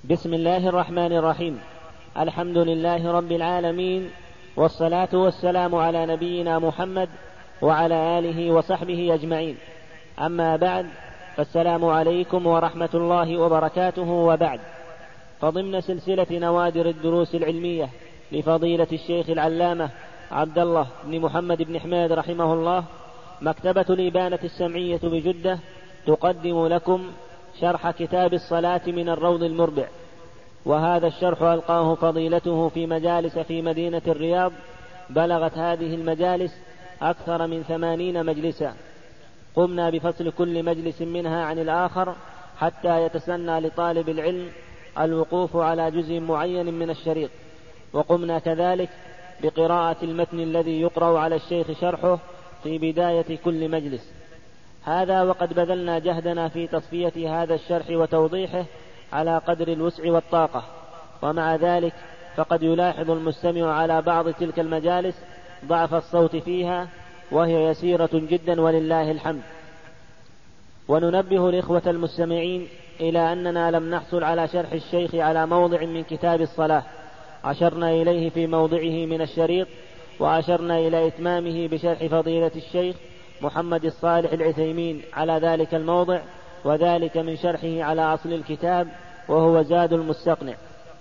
بسم الله الرحمن الرحيم. الحمد لله رب العالمين، والصلاة والسلام على نبينا محمد وعلى آله وصحبه أجمعين. أما بعد، فالسلام عليكم ورحمة الله وبركاته. وبعد، فضمن سلسلة نوادر الدروس العلمية لفضيلة الشيخ العلامة عبد الله بن محمد بن حماد رحمه الله، مكتبة الإبانة السمعية بجدة تقدم لكم شرح كتاب الصلاة من الروض المربع. وهذا الشرح ألقاه فضيلته في مجالس في مدينة الرياض، بلغت هذه المجالس أكثر من 80 مجلسا. قمنا بفصل كل مجلس منها عن الآخر حتى يتسنى لطالب العلم الوقوف على جزء معين من الشريط، وقمنا كذلك بقراءة المتن الذي يقرأ على الشيخ شرحه في بداية كل مجلس. هذا وقد بذلنا جهدنا في تصفية هذا الشرح وتوضيحه على قدر الوسع والطاقة، ومع ذلك فقد يلاحظ المستمع على بعض تلك المجالس ضعف الصوت فيها، وهي يسيرة جدا ولله الحمد. وننبه الإخوة المستمعين إلى أننا لم نحصل على شرح الشيخ على موضع من كتاب الصلاة، أشرنا إليه في موضعه من الشريط، وأشرنا إلى إتمامه بشرح فضيلة الشيخ محمد الصالح العثيمين على ذلك الموضع، وذلك من شرحه على أصل الكتاب وهو زاد المستقنع.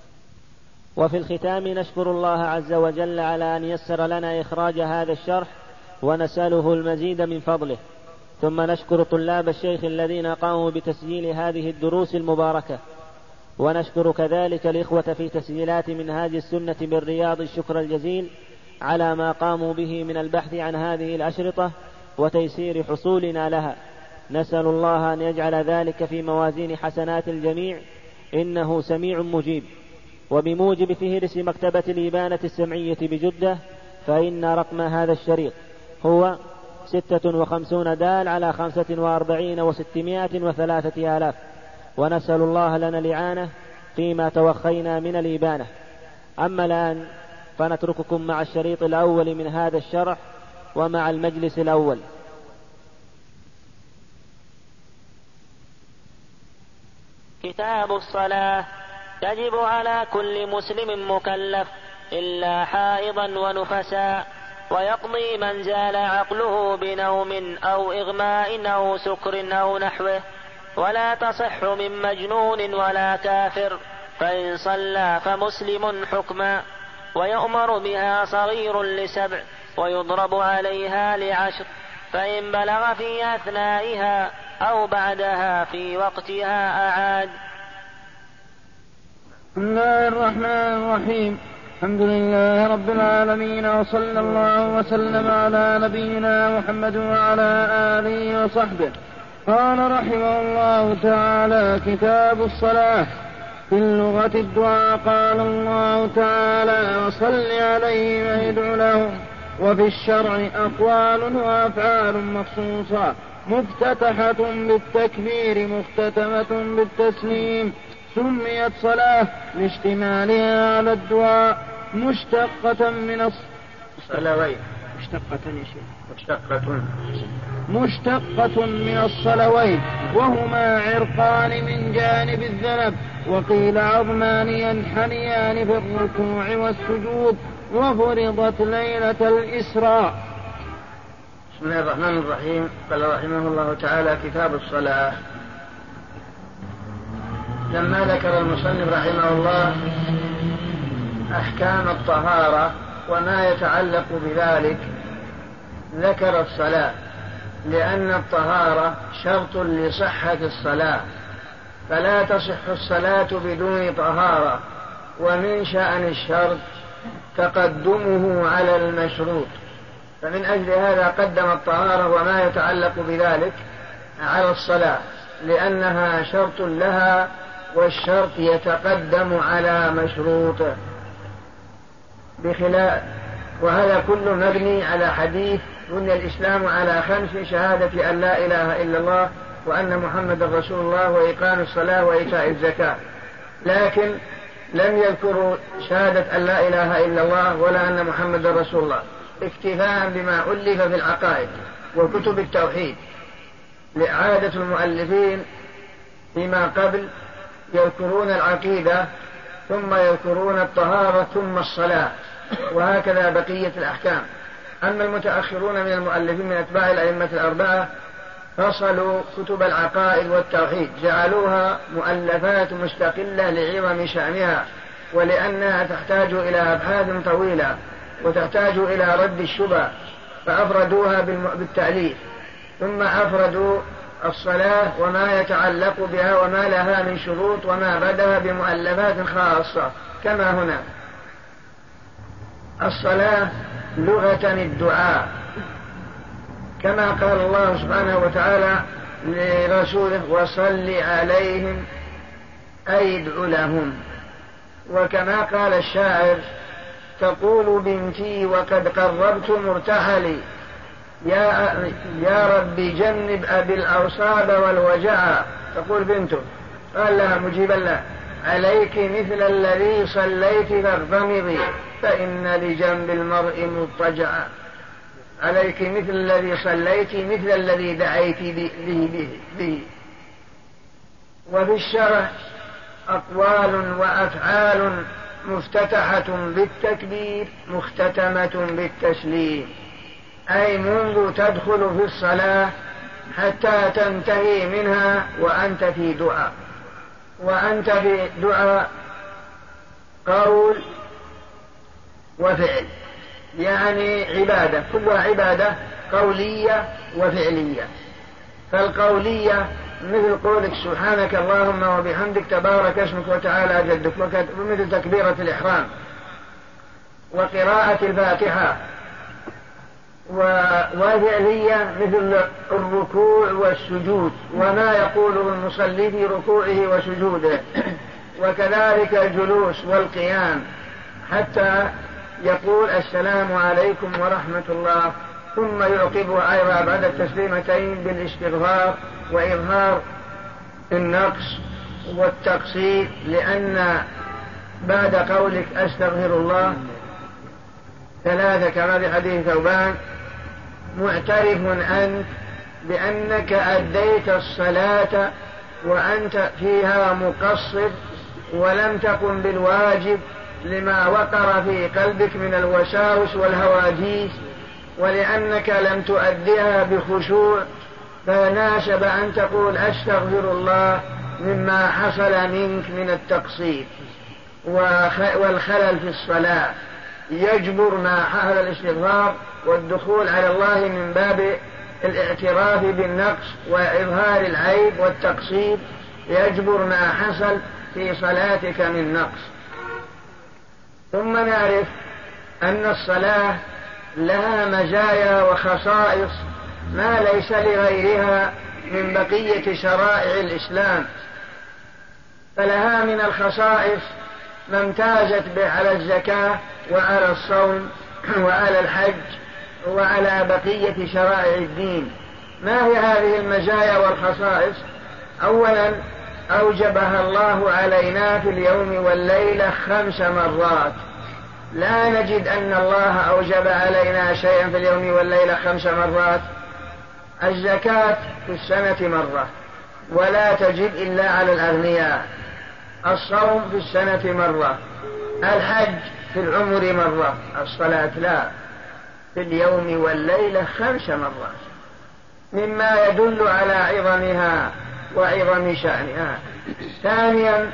وفي الختام نشكر الله عز وجل على أن يسر لنا إخراج هذا الشرح، ونسأله المزيد من فضله. ثم نشكر طلاب الشيخ الذين قاموا بتسجيل هذه الدروس المباركة، ونشكر كذلك الإخوة في تسجيلات منهاج السنة بالرياض الشكر الجزيل على ما قاموا به من البحث عن هذه الأشرطة وتيسير حصولنا لها. نسأل الله أن يجعل ذلك في موازين حسنات الجميع، إنه سميع مجيب. وبموجب فهرس مكتبة الإبانة السمعية بجدة، فإن رقم هذا الشريط هو 56 دال على 45 و603 آلاف. ونسأل الله لنا الإعانة فيما توخينا من الإبانة. أما الآن فنترككم مع الشريط الأول من هذا الشرح ومع المجلس الأول. كتاب الصلاة. تجب على كل مسلم مكلف إلا حائضا ونفسا، ويقضي من زال عقله بنوم أو إغماء أو سكر أو نحوه، ولا تصح من مجنون ولا كافر، فإن صلى فمسلم حكما. ويؤمر بها صغير ل7، ويضرب عليها ل10، فإن بلغ في أثنائها أو بعدها في وقتها أعاد. بسم الله الرحمن الرحيم. الحمد لله رب العالمين، وصلى الله وسلم على نبينا محمد وعلى آله وصحبه. قال رحمه الله تعالى: كتاب الصلاة. في اللغة الدعاء. قال الله تعالى: وصل عليهم وادع لهم. وفي الشرع أقوال وأفعال مخصوصة، مفتتحة بالتكبير مختتمة بالتسليم. سميت صلاة لاشتمالها على الدعاء، مشتقة من الصلوين. مشتقة من الصلوين، وهما عرقان من جانب الذنب، وقيل عظمان ينحنيان في الركوع والسجود، وفرضت ليلة الإسراء. بسم الله الرحمن الرحيم. قال رحمه الله تعالى: كتاب الصلاة. لما ذكر المصنف رحمه الله أحكام الطهارة وما يتعلق بذلك، ذكر الصلاة، لأن الطهارة شرط لصحة الصلاة، فلا تصح الصلاة بدون طهارة، ومن شأن الشرط تقدمه على المشروط، فمن أجل هذا قدم الطهارة وما يتعلق بذلك على الصلاة، لأنها شرط لها، والشرط يتقدم على مشروطه بخلاف. وهذا كله مبني على حديث: بني الإسلام على 5: شهادة أن لا إله إلا الله وأن محمد رسول الله، وإقام الصلاة وإيتاء الزكاة. لكن لم يذكروا شهادة أن لا إله إلا الله ولا أن محمد رسول الله، اكتفاء بما ألف في العقائد وكتب التوحيد، لعادة المؤلفين فيما قبل يذكرون العقيدة ثم يذكرون الطهارة ثم الصلاة، وهكذا بقية الأحكام. أما المتأخرون من المؤلفين من أتباع الأئمة الأربعة فصلوا كتب العقائد والتوحيد، جعلوها مؤلفات مستقلة لعظم شأنها ولأنها تحتاج إلى أبحاث طويلة وتحتاج إلى رد الشبه، فأفردوها بالتأليف. ثم أفردوا الصلاة وما يتعلق بها وما لها من شروط وما بدها بمؤلفات خاصة. كما هنا الصلاة لغة الدعاء، كما قال الله سبحانه وتعالى لرسوله وصل عليهم أي ادع لهم. وكما قال الشاعر تقول بنتي وقد قربت مرتحلي يا رب جنب أبي الأوصاب والوجع. تقول بنته قال لها مجيبا له عليك مثل الذي صليت فاغتمضي فإن لجنب المرء مضطجعا. عليك مثل الذي صليت مثل الذي دعيت به. وفي الشرع أقوال وأفعال مفتتحة بالتكبير مختتمة بالتسليم، أي منذ تدخل في الصلاة حتى تنتهي منها وأنت في دعاء. وأنت في دعاء قول وفعل، يعني عبادة، كلها عبادة قولية وفعلية. فالقولية مثل قولك سبحانك اللهم وبحمدك تبارك اسمك وتعالى جدك، ومثل تكبيرة الإحرام وقراءة الفاتحة. وفعلية مثل الركوع والسجود وما يقوله المصلي في ركوعه وسجوده، وكذلك الجلوس والقيام حتى يقول السلام عليكم ورحمة الله، ثم يعقبها أيضا بعد التسليمتين بالاستغفار وإظهار النقص والتقصير، لأن بعد قولك أستغفر الله ثلاثة كما في حديث ثوبان معترف أنت بأنك أديت الصلاة وأنت فيها مقصر ولم تقم بالواجب لما وقر في قلبك من الوساوس والهواجيس، ولأنك لم تؤديها بخشوع، فناسب أن تقول أستغفر الله مما حصل منك من التقصير والخلل في الصلاة. يجبر ما حصل الاستغفار والدخول على الله من باب الاعتراف بالنقص وإظهار العيب والتقصير، يجبر ما حصل في صلاتك من نقص. ثم نعرف أن الصلاة لها مزايا وخصائص ما ليس لغيرها من بقية شرائع الإسلام. فلها من الخصائص ما امتازت به على الزكاة وعلى الصوم وعلى الحج وعلى بقية شرائع الدين. ما هي هذه المزايا والخصائص؟ أولا أوجبها الله علينا في اليوم والليلة 5 مرات. لا نجد أن الله أوجب علينا شيئا في اليوم والليلة 5 مرات. الزكاة في السنة مرة ولا تجب إلا على الأغنياء. الصوم في السنة مرة. الحج في العمر مرة. الصلاة لا، في اليوم والليلة 5 مرات، مما يدل على عظمها وعظم شأنها. ثانيا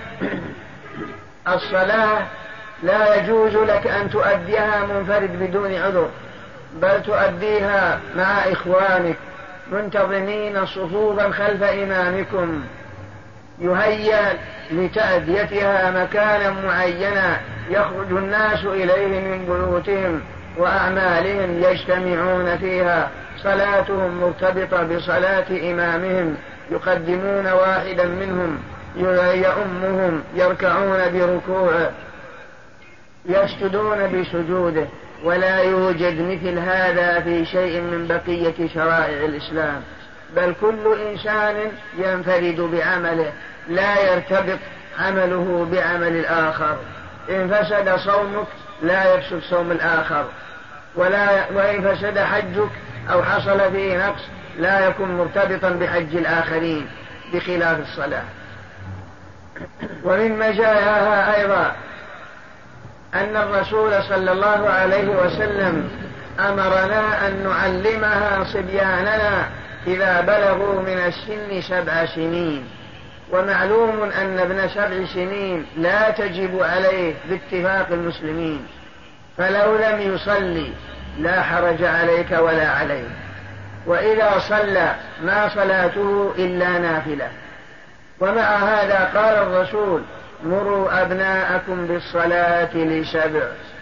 الصلاة لا يجوز لك أن تؤديها منفرد بدون عذر، بل تؤديها مع إخوانك منتظمين صفوفا خلف إمامكم، يهيأ لتأديتها مكانا معينا يخرج الناس إليه من بيوتهم وأعمالهم يجتمعون فيها، صلاتهم مرتبطة بصلاة إمامهم، يقدمون واحدا منهم يؤمهم، يركعون بركوعه، يسجدون بسجوده. ولا يوجد مثل هذا في شيء من بقية شرائع الإسلام، بل كل إنسان ينفرد بعمله، لا يرتبط عمله بعمل الآخر. إن فسد صومك لا يفسد صوم الآخر، وإن فسد حجك أو حصل فيه نقص لا يكون مرتبطا بحج الآخرين، بخلاف الصلاة. ومن مزاياها أيضا أن الرسول صلى الله عليه وسلم أمرنا أن نعلمها صبياننا إذا بلغوا من السن 7 سنين. ومعلوم أن ابن 7 سنين لا تجب عليه باتفاق المسلمين، فلو لم يصلي لا حرج عليك ولا عليه، وإذا صلى ما صلاته إلا نافلة. ومع هذا قال الرسول: مروا أبناءكم بالصلاة ل7،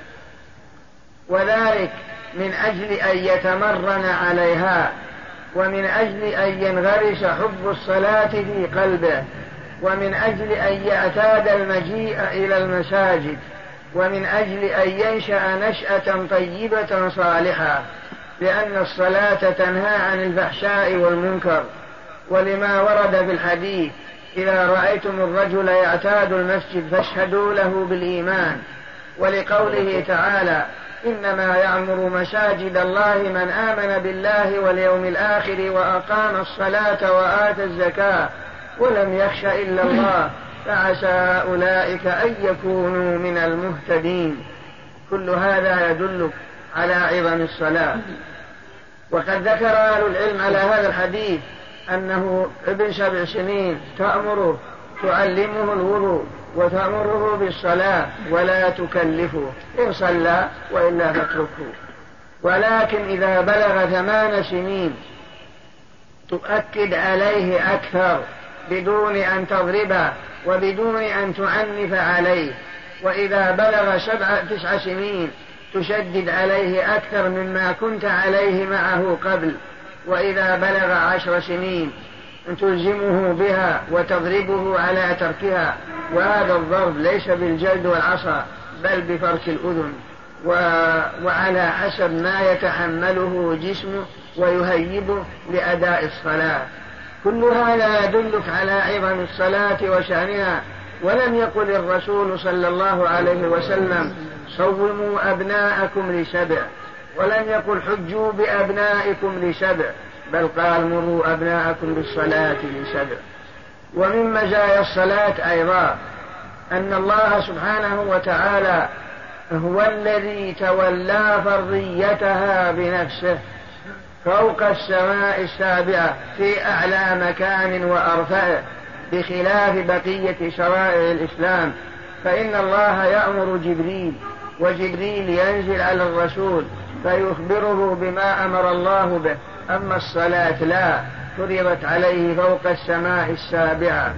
وذلك من أجل أن يتمرن عليها، ومن أجل أن ينغرس حب الصلاة في قلبه، ومن أجل أن يعتاد المجيء إلى المساجد، ومن أجل أن ينشأ نشأة طيبة صالحة، لأن الصلاة تنهى عن الفحشاء والمنكر. ولما ورد في الحديث: إذا رأيتم الرجل يعتاد المسجد فاشهدوا له بالإيمان. ولقوله تعالى: إنما يعمر مساجد الله من آمن بالله واليوم الآخر وأقام الصلاة وآتى الزكاة ولم يخش إلا الله فعسى أولئك أن يكونوا من المهتدين. كل هذا يدلك على عظم الصلاة. وقد ذكر أهل العلم على هذا الحديث أنه ابن 7 سنين تأمره، تعلمه الوضوء وتأمره بالصلاة ولا تكلفه، إن صلى وإلا فاتركه. ولكن إذا بلغ 8 سنين تؤكد عليه أكثر بدون أن تضربه وبدون أن تعنف عليه. وإذا بلغ 9 سنين تشدد عليه أكثر مما كنت عليه معه قبل. وإذا بلغ 10 سنين تلزمه بها وتضربه على تركها. وهذا الضرب ليس بالجلد والعصا بل بفرك الأذن، وعلى حسب ما يتحمله جسمه ويهيبه لأداء الصلاة. كل هذا يدلك على عظم الصلاة وشأنها. ولم يقل الرسول صلى الله عليه وسلم: صوموا أبناءكم ل7، ولم يقل: حجوا بأبنائكم ل7، بل قال: مروا أبناءكم بالصلاة ل7. ومن مزايا الصلاة أيضا أن الله سبحانه وتعالى هو الذي تولى فرضيتها بنفسه فوق السماء 7 في أعلى مكان وأرفعه، بخلاف بقية شرائع الإسلام. فإن الله يأمر جبريل، وجبريل ينزل على الرسول فيخبره بما أمر الله به. أما الصلاة لا، فرضت عليه فوق السماء 7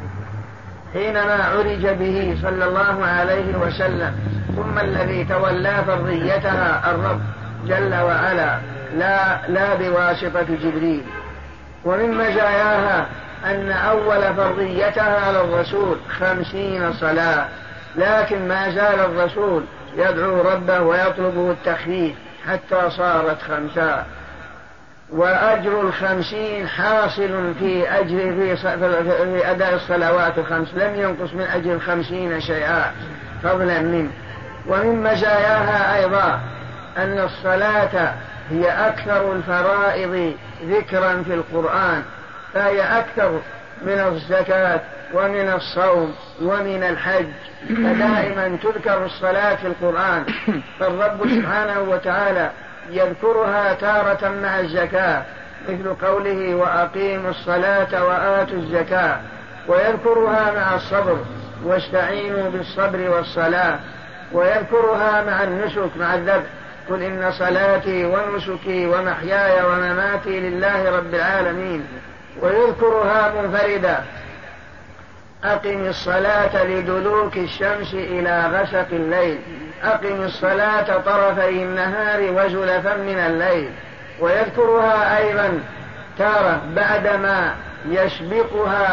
حينما عرج به صلى الله عليه وسلم. ثم الذي تولى فرضيتها الرب جل وعلا، لا بواسطة جبريل. ومن مزاياها أن أول فرضيتها على الرسول 50 صلاة، لكن ما زال الرسول يدعو ربه ويطلبه التخفيف حتى صارت 5. وأجر 50 حاصل في أداء الصلوات 5، لم ينقص من أجر 50 شيئا فضلا منه. ومن مزاياها أيضا أن الصلاة هي أكثر الفرائض ذكرا في القرآن، فهي أكثر من الزكاة ومن الصوم ومن الحج، فدائما تذكر الصلاة في القرآن. فالرب سبحانه وتعالى يذكرها تارة مع الزكاة، مثل قوله: وأقيموا الصلاة وآتوا الزكاة، ويذكرها مع الصبر: واستعينوا بالصبر والصلاة، ويذكرها مع النسك مع الذبح: قل إن صلاتي ونسكي ومحياي ومماتي لله رب العالمين. ويذكرها منفردة: أقم الصلاة لدلوك الشمس إلى غسق الليل، أقم الصلاة طرفي النهار وزلفا من الليل. ويذكرها أيضا تارة بعدما يسبقها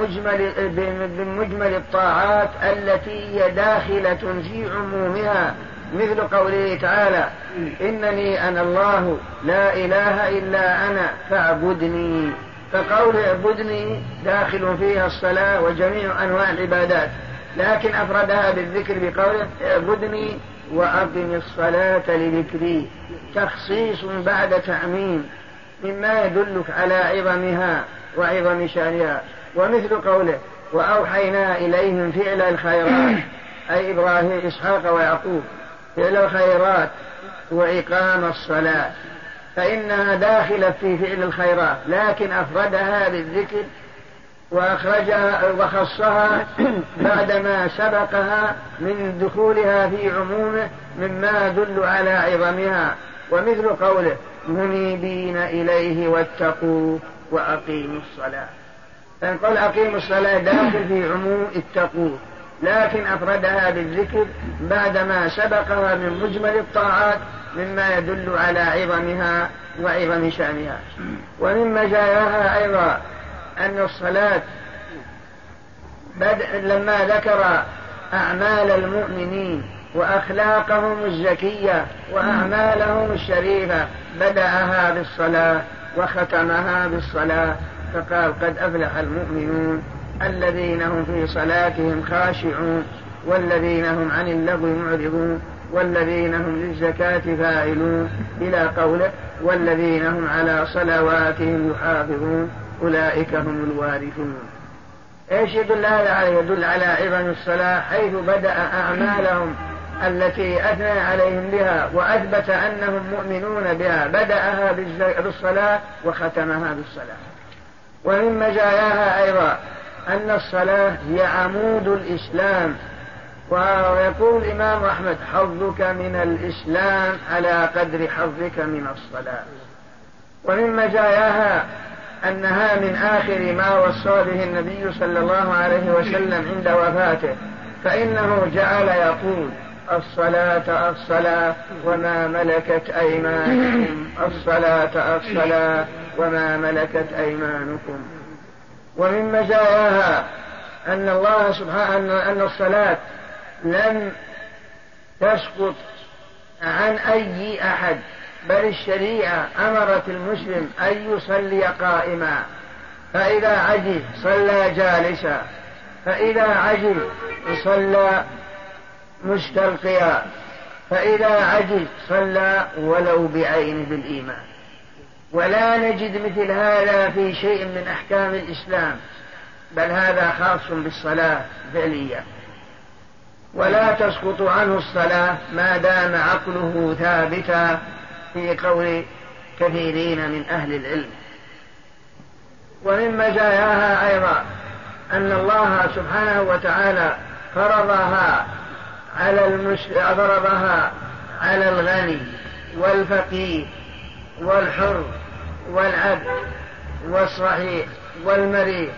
من مجمل الطاعات التي هي داخلة في عمومها، مثل قوله تعالى: إنني أنا الله لا إله إلا أنا فاعبدني. فقول اعبدني داخل فيها الصلاة وجميع أنواع العبادات، لكن أفردها بالذكر بقوله: اعبدني وأقم الصلاة لذكري، تخصيص بعد تعميم، مما يدلك على عظمها وعظم شأنها. ومثل قوله: وأوحينا إليهم فعل الخيرات، أي إبراهيم إسحاق ويعقوب، فعل الخيرات وإقام الصلاة، فإنها داخلة في فعل الخيرات، لكن أفردها بالذكر وأخرجها وخصها بعدما سبقها من دخولها في عمومه مما يدل على عظمها، ومثل قوله منيبين إليه واتقوا وأقيموا الصلاة، فنقول أقيموا الصلاة داخل في عموم اتقوا، لكن أفردها بالذكر بعدما سبقها من مجمل الطاعات مما يدل على عظمها وعظم شأنها. ومن مزاياها أيضا أن الصلاة لما ذكر أعمال المؤمنين وأخلاقهم الزكية وأعمالهم الشريفة بدأها بالصلاة وختمها بالصلاة، فقال قد أفلح المؤمنون الذين هم في صلاتهم خاشعون والذين هم عن اللغو معرضون والذين هم للزكاة فاعلون إلى قوله والذين هم على صلواتهم يحافظون أولئك هم الوارثون. ايش يدل هذا عليه؟ يدل على عظم الصلاة، حيث بدأ أعمالهم التي أثنى عليهم بها وأثبت أنهم مؤمنون بها بدأها بالصلاة وختمها بالصلاة. ومن مزاياها أيضا أن الصلاة هي عمود الإسلام، ويقول الإمام أحمد حظك من الإسلام على قدر حظك من الصلاة. ومن مزاياها أنها من آخر ما وصى به النبي صلى الله عليه وسلم عند وفاته، فإنه جعل يقول الصلاة الصلاة وما ملكت أيمانكم، الصلاة الصلاة وما ملكت أيمانكم. ومن مزاياها أن الله سبحانه أن الصلاة لم تسقط عن أي أحد، بل الشريعة أمرت المسلم أن يصلي قائما، فإذا عجز صلى جالسا، فإذا عجز صلى مستلقيا، فإذا عجز صلى ولو بعين بالإيمان. ولا نجد مثل هذا في شيء من أحكام الإسلام، بل هذا خاص بالصلاة فعليا، ولا تسقط عنه الصلاة ما دام عقله ثابتا في قول كثيرين من أهل العلم. ومن مزاياها أيضا أن الله سبحانه وتعالى فرضها على الغني والفقير والحر والعبد والصحيح والمريض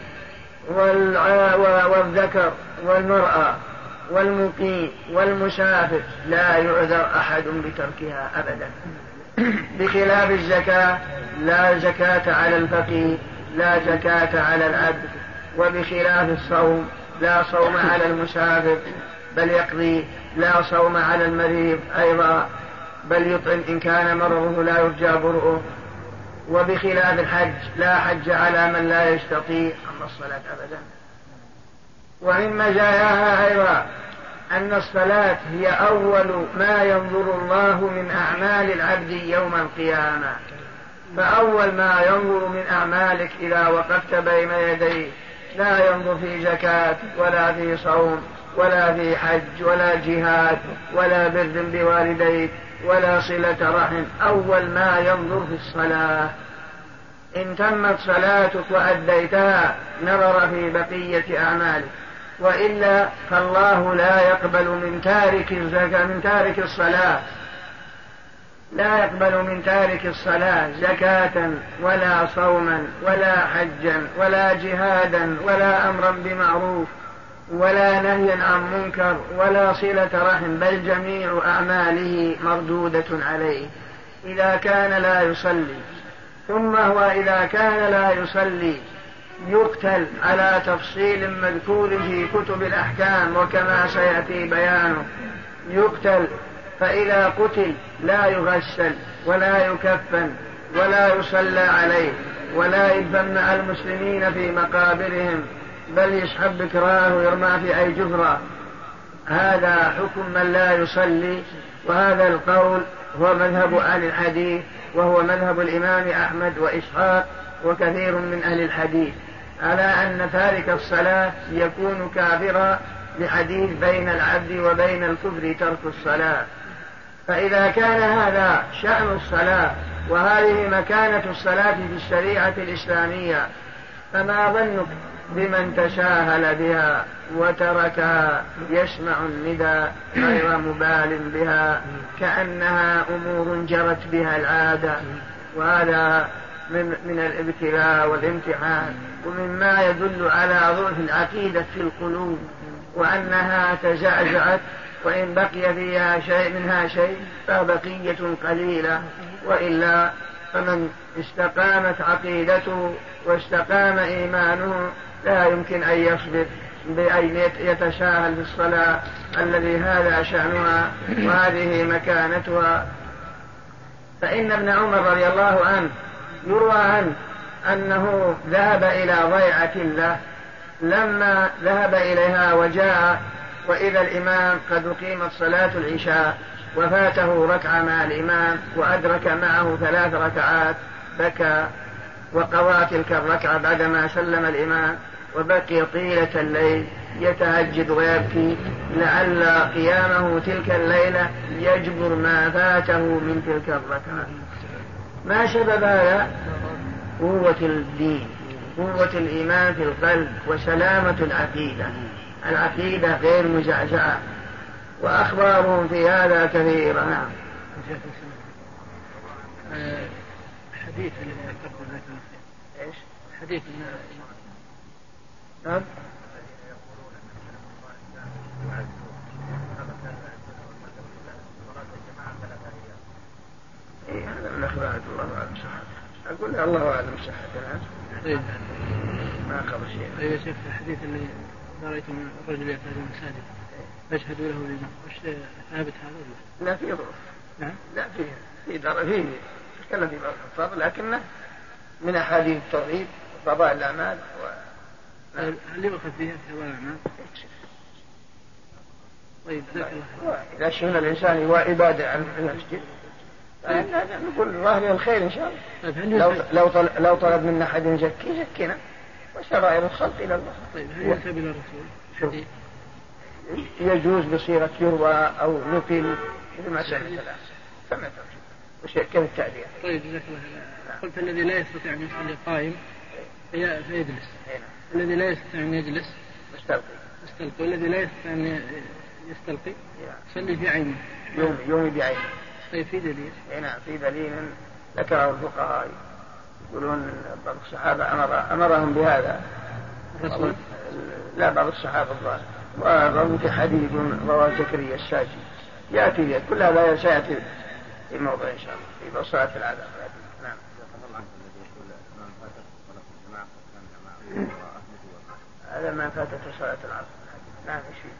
والذكر والمرأة والمقيم والمسافر، لا يعذر أحد بتركها أبدا، بخلاف الزكاة لا زكاة على الفقير لا زكاة على العبد، وبخلاف الصوم لا صوم على المسافر بل يقضي، لا صوم على المريض أيضا بل يطعم إن كان مرضه لا يرجى برؤه، وبخلاف الحج لا حج على من لا يستطيع أما الصلاة أبدا. ومن مزاياها أيضا أن الصلاة هي أول ما ينظر الله من أعمال العبد يوم القيامة، فأول ما ينظر من أعمالك إذا وقفت بين يديه لا ينظر في زكاة ولا في صوم ولا في حج ولا جهاد ولا بر بوالديك ولا صلة رحم، أول ما ينظر في الصلاة. إن تمت صلاتك وأديتها نظر في بقية أعمالك، وإلا فالله لا يقبل من تارك الزكاة من تارك الصلاة، لا يقبل من تارك الصلاة زكاة ولا صوما ولا حجا ولا جهادا ولا أمرا بمعروف ولا نهيا عن منكر ولا صلة رحم، بل جميع أعماله مردودة عليه إذا كان لا يصلي. ثم هو إذا كان لا يصلي يقتل على تفصيل مذكور في كتب الأحكام وكما سيأتي بيانه، يقتل، فإذا قتل لا يغسل ولا يكفن ولا يصلى عليه ولا يدفن مع المسلمين في مقابرهم، بل يسحب بكراه ويرمى في أي جفرة. هذا حكم من لا يصلي، وهذا القول هو مذهب أهل الحديث، وهو مذهب الإمام أحمد وإسحاق وكثير من أهل الحديث. على أن تارك الصلاة يكون كافرا لحديث بين العبد وبين الكفر ترك الصلاة. فإذا كان هذا شأن الصلاة وهذه مكانة الصلاة في الشريعة الإسلامية، فما ظنك بمن تساهل بها وتركها يسمع الندى غير مبال بها كأنها أمور جرت بها العادة؟ وهذا من الابتلاء والامتحان، ومما يدل على ضعف العقيدة في القلوب وأنها تزعزعت، وإن بقي فيها شيء منها شيء فبقية قليلة، وإلا فمن استقامت عقيدته واستقام إيمانه لا يمكن أن يصبر بأن يتساهل في الصلاة الذي هذا شأنها وهذه مكانتها. فإن ابن عمر رضي الله عنه يروى عنه أنه ذهب إلى ضيعة له، لما ذهب إليها وجاء وإذا الإمام قد أقيمت صلاة العشاء وفاته ركعة مع الإمام وأدرك معه 3 ركعات، بكى وقضى تلك الركعة بعدما سلم الإمام، وبقي طيلة الليل يتهجد ويبكي لعل قيامه تلك الليلة يجبر ما فاته من تلك الركعة. ما سبب هذا؟ قوة الدين، قوة الإيمان في القلب وسلامة العقيدة، العقيدة غير مزعزعة، وأخبارهم في هذا كثيرة. نعم. حديث ايش؟ حديث نعم. هذا من أخبار الله أعلم صحته. أقول الله أعلم صحته. طيب ما خبر شيء. طيب يا شيخ، الحديث اللي رأيتم الرجل يأتي المساجد يشهد له لما وش ثابت هذا ولا؟ لا في ظروف. نعم. لا في تكلم في بعض الفضل، لكنه من أحاديث الترغيب وفضائل الأعمال هل يؤخذ فيها في فضائل الأعمال؟ طيب جزاك الله. إذا شهنا الإنسان وعبادة عن المسجد نقول ظاهر الخير إن شاء الله. لو طلب منا أحد يزكينا وشرائع الخلق إلى الله. طيب هل ينسب إلى الرسول؟ يجوز بصيغة يروى أو نقل لما سمعت كما ترجو كيف التعبير. طيب جزاك الله. قلت الذي لا يستطيع أن يصلي قائم فيجلس، الذي لا يستطيع أن يجلس يستلقي، والذي لا يستطيع أن يستلقي يصلي في عينه يومي بعينه. طيب في دليل؟ نعم في دليل ذكره الفقهاء، يقولون بعض الصحابة أمرهم بهذا الرسول؟ لا، بعض الصحابة الظاهر، وروى في حديث رواه زكريا الساجي يأتي كل هذا سيأتي في موضع إن شاء الله في صلاة العذاب. نعم. هذا ما فاتت صلاة العصر. نعم إيش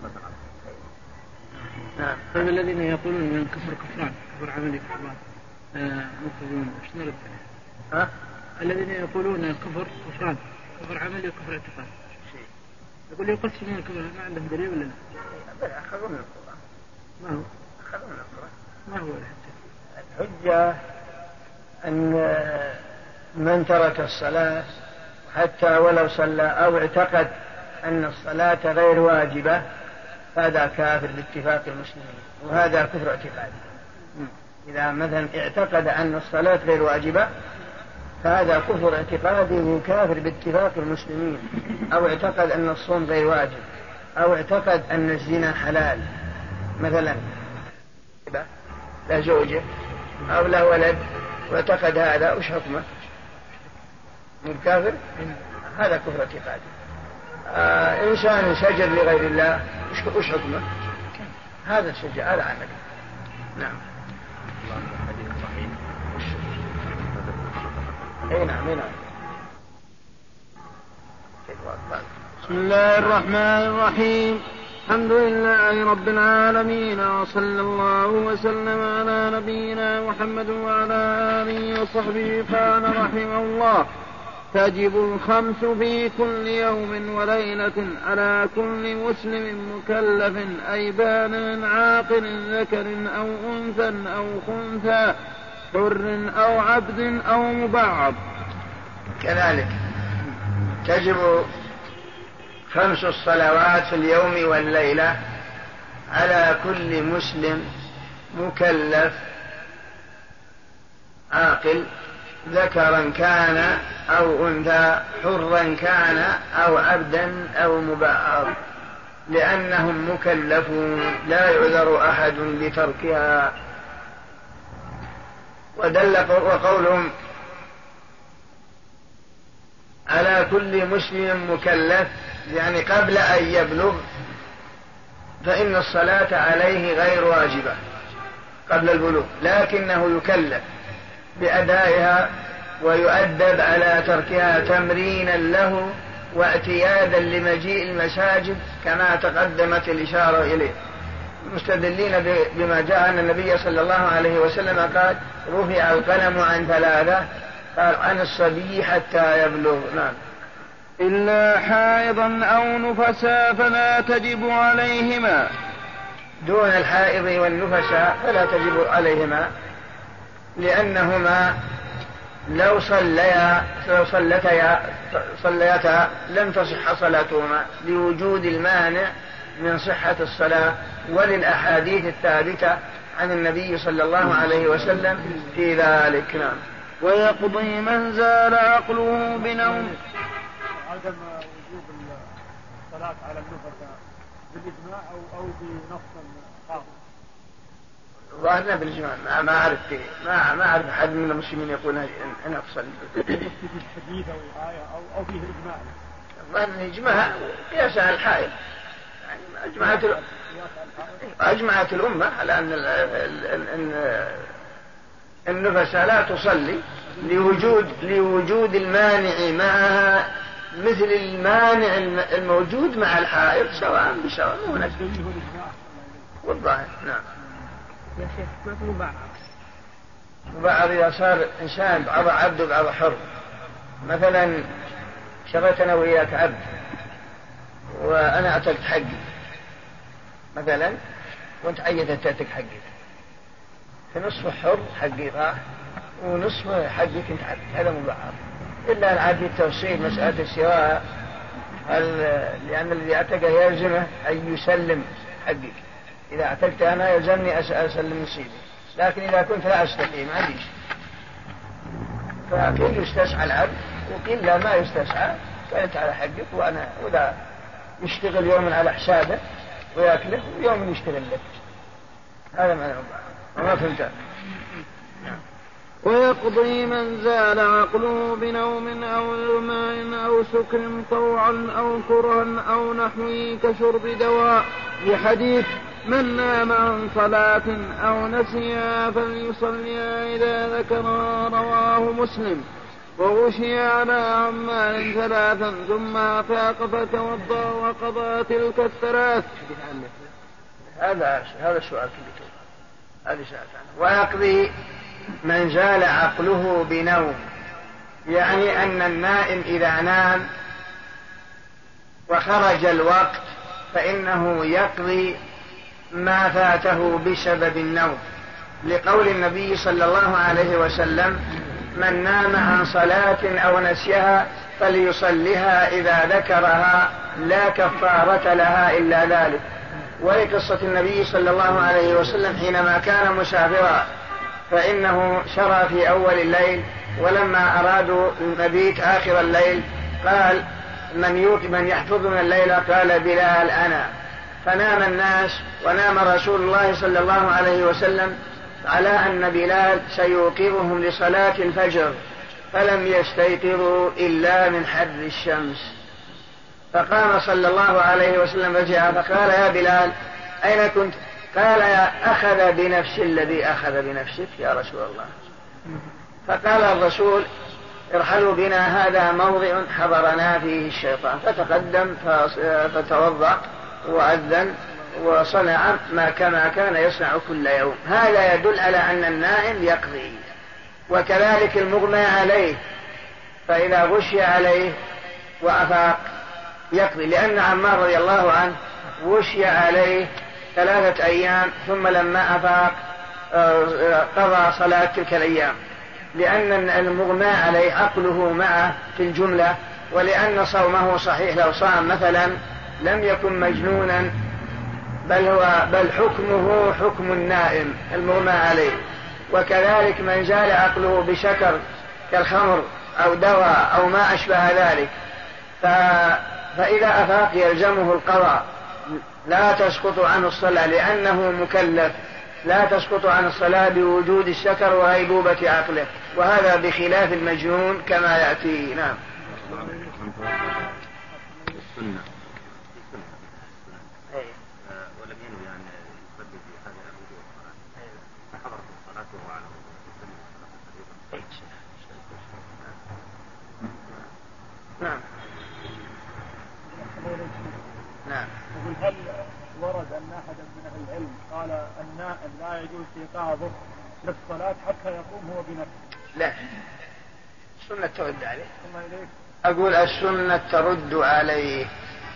نعم. طيب الذين يقولون من كفران كفر عملي كفران مخرجون ايش نرد عليه؟ الذين يقولون كفران كفر عملي وكفر اعتقاد، يقول يقسمون الكفر، ما عندهم دليل ولا لا؟ أخذوا من القرآن. ما هو؟ أخذوا من القرآن. ما هو الحجة أن من ترك الصلاة حتى ولو صلى أو اعتقد أن الصلاة غير واجبة هذا كافر باتفاق المسلمين، وهذا كفر اعتقادي. إذا مثلا اعتقد أن الصلاة غير واجبة فهذا كفر اعتقادي وكافر باتفاق المسلمين، أو اعتقد أن الصوم غير واجب، أو اعتقد أن الزنا حلال مثلا لا زوجة أو لا ولد واعتقد هذا، وش حكمه؟ من كافر؟ هذا كفر اعتقادي. إنسان سجد لغير الله وش حكمه؟ هذا السجد هذا عمل. نعم. اي نعم. بسم الله الرحمن الرحيم. الحمد لله رب العالمين، وصلى الله وسلم على نبينا محمد وعلى آله وصحبه. قال رحمه الله: تجب الخمس في كل يوم وليلة على كل مسلم مكلف، أي بالغ عاقل ذكر أو أنثى أو خنثى، حر أو عبد أو مبعض. كذلك تجب 5 الصلوات في اليوم والليلة على كل مسلم مكلف عاقل ذكرا كان أو أنثى، حرا كان أو عبدا أو مبعض، لأنهم مكلفون لا يعذر أحد بتركها. وقولهم على كل مسلم مكلف يعني قبل أن يبلغ، فإن الصلاة عليه غير واجبة قبل البلوغ، لكنه يكلف بأدائها ويؤدب على تركها تمرينا له واعتيادا لمجيء المساجد كما تقدمت الإشارة إليه، مستدلين بما جاء أن النبي صلى الله عليه وسلم قال رفع القلم عن 3، قال عن الصبي حتى يبلغ. نعم. إلا حائضا أو نفسا فلا تجب عليهما. دون الحائض والنفساء فلا تجب عليهما، لأنهما لو صليتا لم تصح صلاتهما لوجود المانع من صحة الصلاة وللأحاديث الثابتة عن النبي صلى الله عليه وسلم في ذلك. نعم. ويقضي من زال عقله بنوم. عدم وجوب الصلاة على النفساء بالإجماع أو بنص خاص؟ ظاهرنا بالإجماع، ما أعرف أحد من المسلمين يقول أن أفصل بالحديث أو آية أو فيه إجماع. ظاهرنا الإجماع قياس على الحائض، يعني أجمعت الأمة على أن النفساء لا تصلي لوجود المانع معها مثل المانع الموجود مع الحائض سواء بسواء والظاهر. نعم. يا شيخ ما في مبعض إذا صار إنسان بعض عبد وبعض حر، مثلا شريت أنا وياك عبد وأنا أعطيت حقي مثلا وأنت عيدت تأتك حقي، فنصف حر حقي راح ونصف حقي كنت عبد، هذا مبعض. إلا العادي التوصيل مسألة السواء، لأن الذي اعتقه يلزمه أن يسلم حقك. إذا اعتقت أنا يلزمني أسلم نصيبي، لكن إذا كنت لا أستطيع ما عنديش، فقيل يستسعى العبد وقيل لا ما يستسعى، كانت على حقك وأنا يشتغل يوم على حسابه ويأكله ويوم يشتغل لك. هذا معنى وما فهمت. ويقضي من زال عقله بنوم أو إغماء أو سكر طوعا أو كرها أو نحوه كشرب دواء، لحديث من نام عن صلاة أو نسيها فليصليها إذا ذكرها، رواه مسلم. وغشي على عمال 3 ثم أفاق فتوضأ وقضى تلك ال3. هذا السؤال كله هذه ساعة. ويقضي من زال عقله بنوم، يعني أن النائم إذا نام وخرج الوقت فإنه يقضي ما فاته بسبب النوم، لقول النبي صلى الله عليه وسلم من نام عن صلاة أو نسيها فليصلها إذا ذكرها لا كفارة لها إلا ذلك. ولقصة النبي صلى الله عليه وسلم حينما كان مسافرا فإنه سرى في أول الليل، ولما أرادوا المبيت آخر الليل قال من يحفظنا الليل؟ قال بلال أنا. فنام الناس ونام رسول الله صلى الله عليه وسلم على أن بلال سيوقظهم لصلاة الفجر، فلم يستيقظوا إلا من حر الشمس. فقام صلى الله عليه وسلم رجع فقال يا بلال أين كنت؟ قال أخذ بنفس الذي أخذ بنفسك يا رسول الله. فقال الرسول ارحلوا بنا هذا موضع حضرنا فيه الشيطان، فتقدم فتوضأ وأذن وصنع ما كما كان يصنع كل يوم. هذا يدل على أن النائم يقضي. وكذلك المغمى عليه فإذا غشي عليه وأفاق يقضي، لأن عمار رضي الله عنه غشي عليه 3 أيام ثم لما أفاق قضى صلاة تلك الأيام، لأن المغمى عليه عقله معه في الجملة ولأن صومه صحيح لو صام مثلا لم يكن مجنونا، بل حكمه حكم النائم المغمى عليه. وكذلك من زال عقله بسكر كالخمر أو دواء أو ما أشبه ذلك، فإذا أفاق يلزمه القضاء، لا تسقط عنه الصلاة لأنه مكلف، لا تسقط عن الصلاة بوجود السكر وغيبوبة عقله، وهذا بخلاف المجنون كما يأتي. نعم. ولم ينوي أن يصلي في هذا الوضوء فحضرت الصلاة وهو على نعم. نعم. هل ورد أن أحدا من أهل العلم قال النائم لا يجوز إيقاظه للصلاة حتى يقوم هو بنفسه؟ لا، السنة ترد عليه. أقول السنة ترد عليه.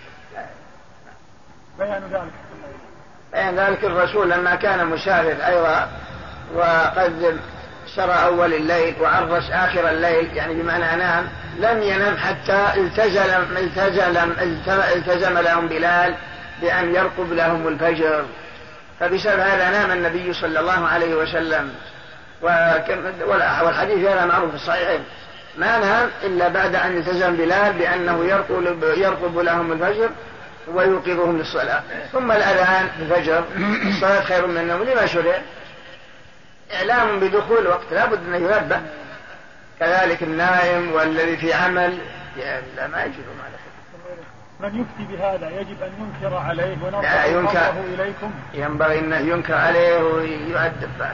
بيان ذلك الرسول لما كان مسافر أيضا وقد سرى أول الليل وعرس آخر الليل، يعني بمعنى نام، لم ينم حتى التزم لهم بلال بأن يرقب لهم الفجر، فبسبب هذا نام النبي صلى الله عليه وسلم. والحديث هذا معروف في الصحيحين، ما نام إلا بعد أن التزم بلال بأنه يرقب لهم الفجر ويوقظهم للصلاة. ثم الأذان الفجر، الصلاة خير من النوم، لما شرع؟ إعلام بدخول وقت، لا بد أن ينبه. كذلك النائم والذي في عمل لا ما يجب من يفتي بهذا يجب أن ينكر عليه ونرفعه إليكم، ينبغي أنه ينكر عليه ويؤدب بعد.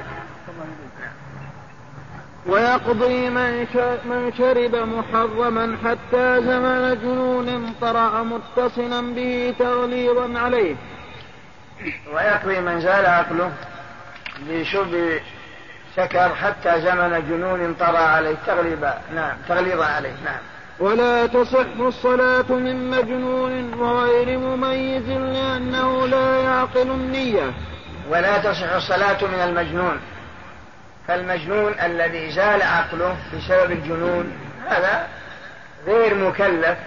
ويقضي من شرب محرما حتى زمن جنون طرأ متصلا به تغليظا عليه. ويقضي من زال عقله بشرب سكر حتى زمن جنون طرأ عليه تغليظا عليه. نعم. ولا تصح الصلاة من مجنون وغير مميز لأنه لا يعقل النية. ولا تصح الصلاة من المجنون، فالمجنون الذي زال عقله بسبب الجنون هذا غير مكلف،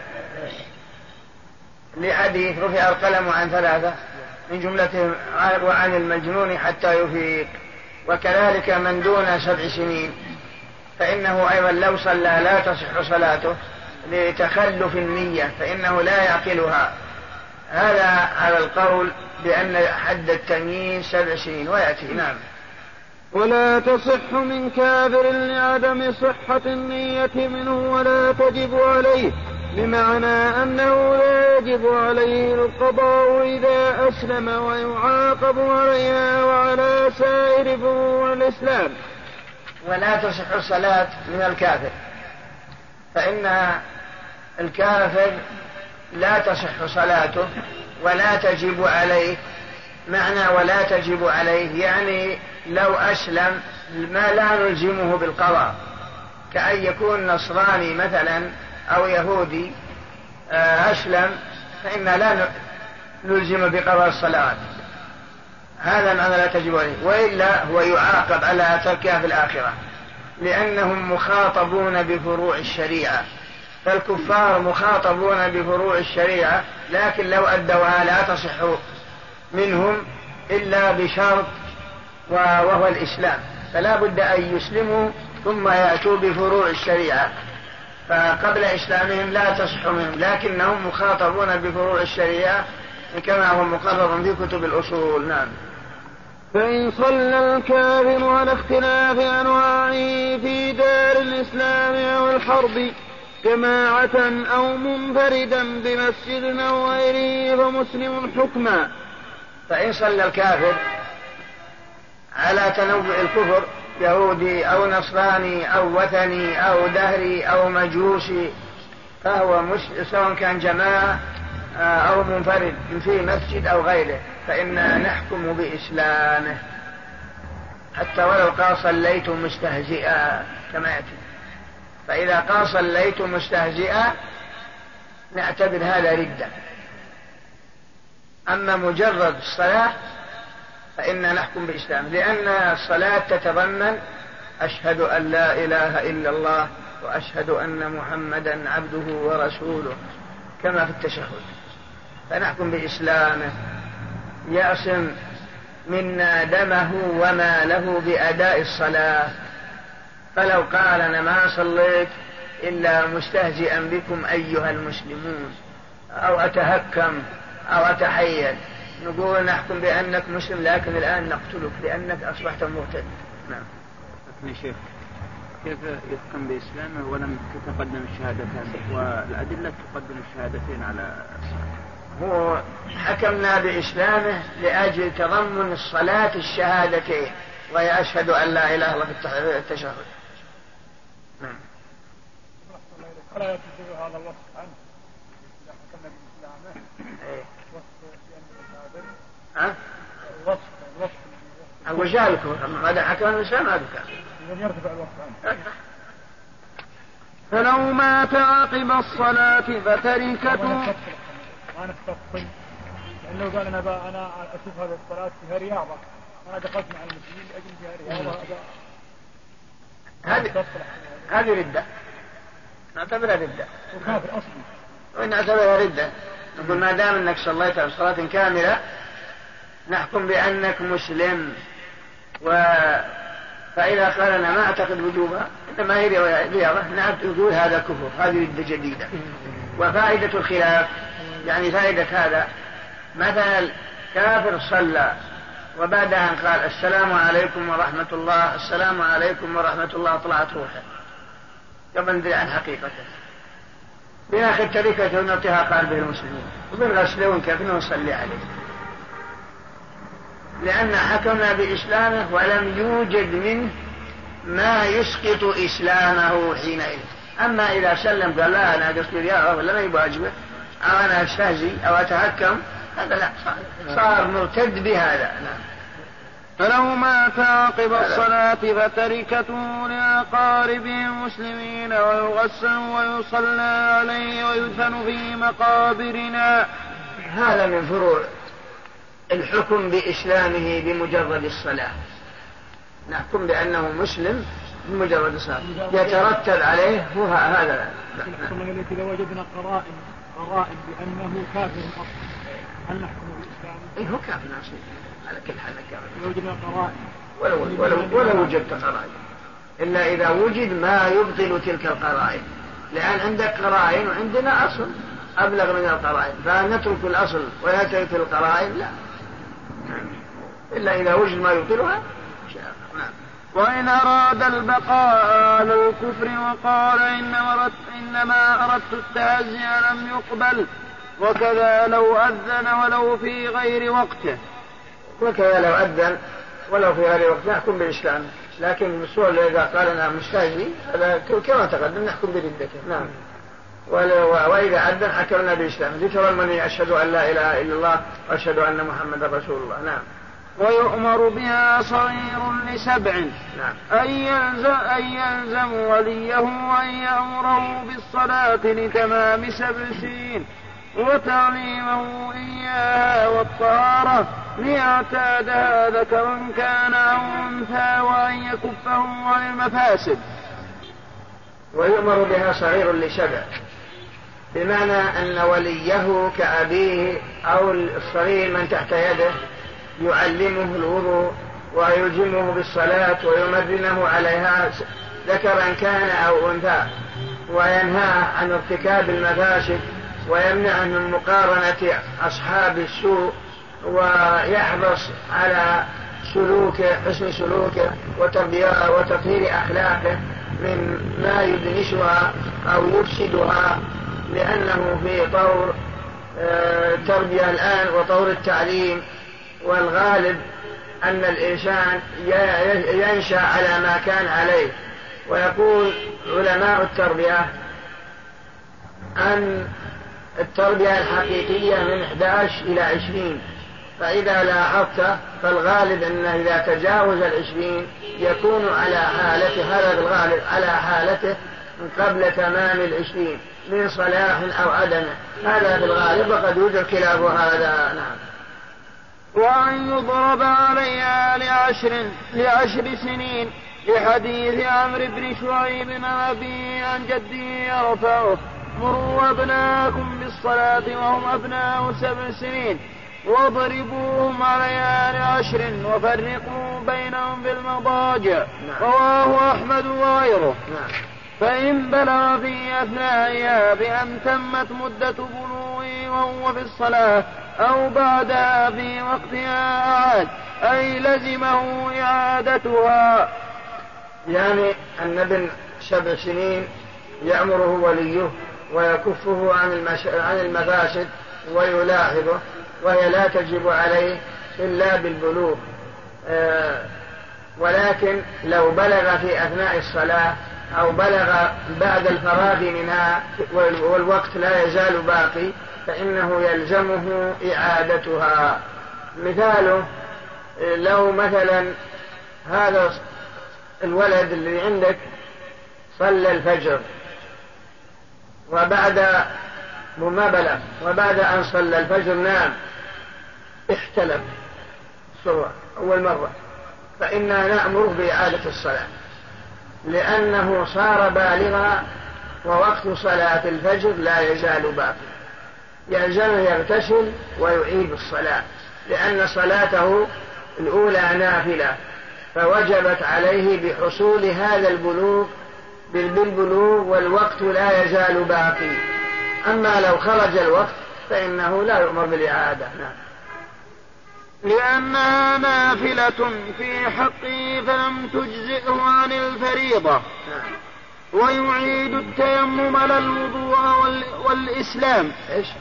لحديث رفع القلم عن 3 من جملتهم وعن المجنون حتى يفيق. وكذلك من دون 7 سنين فإنه أيضا لو صلى لا تصح صلاته لتخلف النية، فإنه لا يعقلها. هذا على القول بأن حد التمييز 7 سنين ويأتي. نعم. ولا تصح من كافر لعدم صحة النية منه ولا تجب عليه، بمعنى أنه لا يجب عليه القضاء إذا أسلم ويعاقب عليها وعلى سائر فروع الإسلام. ولا تصح الصلاة من الكافر، فإن الكافر لا تصح صلاته ولا تجب عليه. معنى ولا تجب عليه يعني لو أسلم ما لا نلزمه بالقضاء، كأن يكون نصراني مثلا أو يهودي أسلم فإن لا نلزم بقضاء الصلاة، هذا معنى لا تجب عليه. وإلا هو يعاقب على تركها في الآخرة، لأنهم مخاطبون بفروع الشريعة، فالكفار مخاطبون بفروع الشريعة، لكن لو أدوها لا تصح منهم إلا بشرط وهو الإسلام، فلا بد أن يسلموا ثم يأتوا بفروع الشريعة، فقبل إسلامهم لا تصح منهم، لكنهم مخاطبون بفروع الشريعة كما هو مقرر في كتب الأصول. نعم. فإن صلى الكافر على اختلاف أنواعه في دار الإسلام أو الحرب جماعة أو منفردا بمسجد أو غيره فمسلم حكما. فإن صلى الكافر على تنوع الكفر، يهودي أو نصراني أو وثني أو دهري أو مجوسي، فهو سواء كان جماعة أو منفرد في مسجد أو غيره، فإن نحكم بإسلامه حتى ولو قال صليت مستهزئا كما يأتي. فإذا قال صليت مستهزئا نعتبر هذا ردة. أما مجرد الصلاة فإن نحكم بإسلام، لأن الصلاة تتضمن أشهد أن لا إله إلا الله وأشهد أن محمدا عبده ورسوله كما في التشهد، فنحكم بإسلامه يعصم منا دمه وماله بأداء الصلاة. فلو قال أنا ما صليت إلا مستهزئا بكم أيها المسلمون أو أتهكم أو أتحيل، نقول نحكم بأنك مسلم لكن الآن نقتلك لأنك أصبحت مرتد. نعم. يا شيخ، كيف يحكم بإسلامه ولم تتقدم الشهادتان والأدلة تقدم الشهادتين على الصلاة؟ هو حكمنا بإسلامه لأجل تضمن الصلاة الشهادتين وهي أشهد أن لا إله إلا الله في التشهد. نعم. ألا يتجه هذا الوصف عنه إذا حكمنا بإسلامه؟ وصف بأنه كافر؟ الوصف الوجال الكفر ماذا حكمنا بإسلام هذا كافر إذن يرتفع الوصف عنه. فلو مات عقب الصلاة فتركته ما نستفصل، لأنه قال أنا أشوف هذه الصلاة فيها رياضة، أنا دخلت مع المسلمين لأجل فيها رياضة. هذه ردة، نعتبرها ردة وكافر أصلي، وإن نعتبرها ردة. نقول ما دام أنك صليت صلاة كاملة نحكم بأنك مسلم. فإذا قال أنا ما أعتقد وجوبها إنما هي رياضة، نقول هذا كفر، هذه ردة جديدة. وفائدة الخلاف يعني فائدة هذا، مثلا كافر صلى وبعدها قال السلام عليكم ورحمة الله، السلام عليكم ورحمة الله، طلعت روحه قبل ندري عن حقيقته، بناخذ تركته ونعطيها قلبه المسلمين وبنغسله ونكفنه ونصلي عليه، لأن حكمنا بإسلامه ولم يوجد منه ما يسقط إسلامه حينئذ. أما إذا سلم قال لا أنا قصدي رياضة ولا ما يواجبه أو أنا أستهزي أو أتهكم، هذا لا، صار مرتد بهذا. نعم. فلو مات عقب الصلاة فتركته لأقاربه المسلمين ويغسل ويصلى عليه ويدفن في مقابرنا. هذا من فروع الحكم بإسلامه بمجرد الصلاة، نحكم بأنه مسلم بمجرد الصلاة، يترتب عليه هو هذا. إذا وجدنا قرائن بأنه كافر أصلا هل نحكم بإسلامه؟ هو كافر أصلا على كل حال كافر. إذا وجدنا قرائن ولو وجدت قرائن إلا إذا وجد ما يبطل تلك القرائن، لأن عندك قرائن وعندنا أصل أبلغ من القرائن، فنترك الأصل ونترك القرائن لا، إلا إذا وجد ما يبطلها. وإن أراد البقاء على الكفر وقال إنما أردت التعزي لم يقبل، وكذا لو أذن ولو في غير وقته. وكذا لو أذن ولو في غير وقته نحكم بالإسلام، لكن السؤال إذا قال أنا مستهزئ هذا كما تقدم نحكم بردته. نعم. وإذا أذن حكمنا بالإسلام، ذكر من أشهد أن لا إله إلا الله وأشهد أن محمد رسول الله. نعم. ويؤمر بها صغير لسبع. نعم. أن يلزم وليه وأن يأمره بالصلاة لتمام 7 سنين وتعليمه إياها والطهارة ليعتادها ذكرا كان أو أنثى وأن يكفه عن المفاسد. ويؤمر بها صغير لسبع، بمعنى أن وليه كأبيه أو الصغير من تحت يده يعلمه الوضوء ويلزمه بالصلاة ويمرنه عليها ذكرا كان أو أنثى، وينهى عن ارتكاب المفاسد ويمنع من مقارنة أصحاب السوء، ويحرص على حسن سلوكه وتطهير أخلاقه من ما يدنسها أو يفسدها، لأنه في طور التربية الآن وطور التعليم، والغالب أن الإنسان ينشأ على ما كان عليه. ويقول علماء التربية أن التربية الحقيقية من 11 إلى 20، فإذا لاحظت فالغالب أنه إذا تجاوز 20 يكون على حالته، هذا الغالب على حالته قبل تمام 20 من صلاح أو عدمه، هذا في الغالب، وقد يوجد خلاف هذا. نعم. وأن يضرب عليها ل10 سنين في حديث عمرو بن شعيب عن أبيه عن جده يرفعه: مروا أبناءكم بالصلاة وهم أبناء 7 سنين واضربوهم عليها ل10 وفرقوا بينهم في المضاجع. رواه أحمد وغيره. فإن بلغ في أثنائها بأن تمت مدة بلوغه وهو في الصلاة أو بعدها في وقتها أعاد، أي لزمه إعادتها. يعني أن ابن 7 سنين يأمره وليه ويكفه عن المفاسد ويلاحظه، وهي لا تجب عليه إلا بالبلوغ، ولكن لو بلغ في أثناء الصلاة أو بلغ بعد الفراغ منها والوقت لا يزال باقي فإنه يلزمه إعادتها. مثاله لو مثلا هذا الولد اللي عندك صلى الفجر وبعد أن صلى الفجر نام احتلم أول مرة، فإننا نأمره بإعادة الصلاة لأنه صار بالغا ووقت صلاة الفجر لا يزال باقي، يلزمه يغتسل ويعيد الصلاة لأن صلاته الأولى نافلة فوجبت عليه بحصول هذا البلوغ بالبلوغ والوقت لا يزال باقي. أما لو خرج الوقت فإنه لا يؤمر بالإعادة. لأنها نافلة في حقه فلم تجزئه عن الفريضة. ويعيد التيمم للوضوء والإسلام.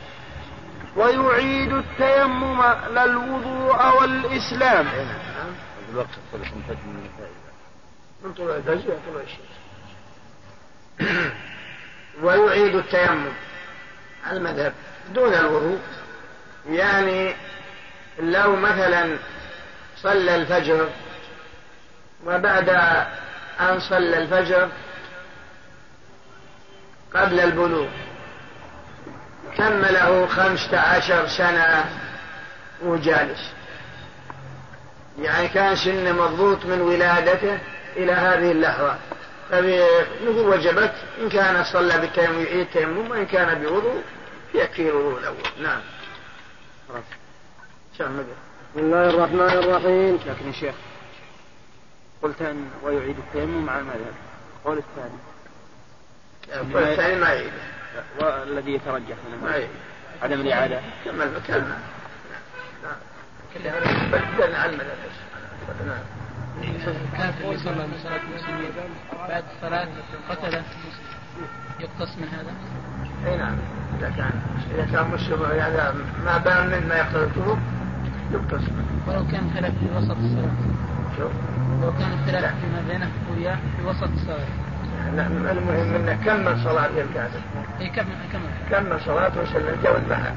ويعيد التيمم للوضوء والإسلام. الوقت الصلاة من طلوع الفجر طلوع الشمس. ويعيد التيمم على المذهب دون الوضوء، يعني لو مثلا صلى الفجر وبعد أن صلى الفجر قبل البلوغ كمله 15 سنة وجالس، يعني كان سن مضبوط من ولادته إلى هذه اللحظة، فنقول وجبت إن كان صلى بالتيمم يعيد التيمم، وإن كان بوضوء يكفي الوضوء الأول. نعم. بسم الله الرحمن الرحيم. لكن يا شيخ قلت أن ويعيد التيمم مع المذهب، قول الثاني ما يعيد، والذي يترجح من عدم الإعادة كمل. كلها بدلنا عن المذهب. الكافر اللي صلى صلاة المسلمين بعد الصلاة قتله يقتص من هذا؟ اي نعم، إذا كان مسلم هذا ما بان مما يقتله يقتص منه. ولو كان خلاف في وسط الصلاة؟ لو كان خلاف فيما بينه وياه في وسط الصلاة؟ المهم انه كمل صلاة الكافر. اي كمل صلاته وسلم جو البحر.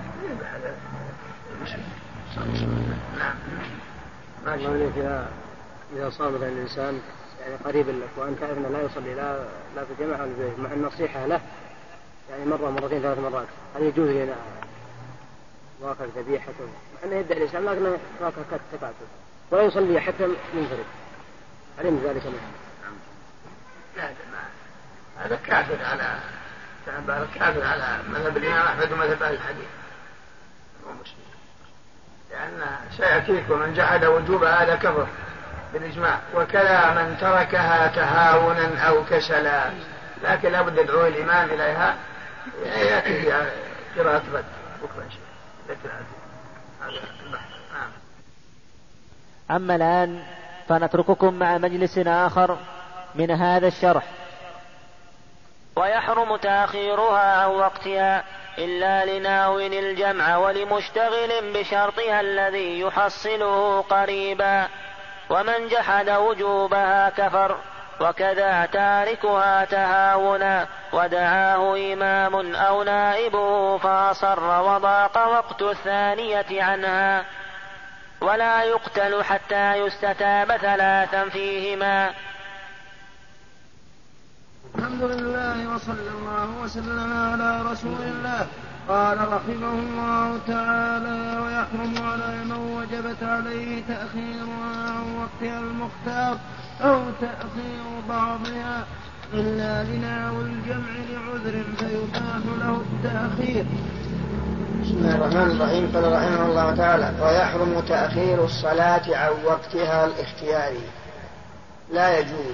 نعم. إذا صام الإنسان يعني قريب لك وأنت تعرف أنه لا يصلي لا في جماعة ولا في مع النصيحة له يعني مرة مرتين 3 مرات، هل يجوز لنا واقع ذبيحته مع أنه يبدأ الإسلام لكنه واقع كتقاته ولا يصلي حتى منفرد، علم ذلك منه؟ هذا كافر على مذهب الإمام أحمد ومذهب أهل الحديث ومسلم، لأن سيأتيك ومن جحد وجوبها هذا كفر بالإجماع، وكلا من تركها تهاونا أو كسلا، لكن لابد يدعو الإمام إليها يأتي قراءة بد بكرة إن شاء الله. أما الآن فنترككم مع مجلس آخر من هذا الشرح. ويحرم تأخيرها عن وقتها إلا لناو الجمع ولمشتغل بشرطها الذي يحصله قريبا، ومن جحد وجوبها كفر، وكذا تاركها تهاونا ودعاه إمام أو نائبه فأصر وضاق وقت الثانية عنها، ولا يقتل حتى يستتاب 3 فيهما. الحمد لله وصلى الله وسلم على رسول الله قال رحمه الله تعالى: ويحرم على من وجبت عليه تأخيرها عن وقتها المختار أو تأخير بعضها إلا لناو الجمع لعذر فيباح له التأخير. بسم الله الرحمن الرحيم. قال رحمه الله تعالى: ويحرم تأخير الصلاة عن وقتها الاختياري، لا يجوز.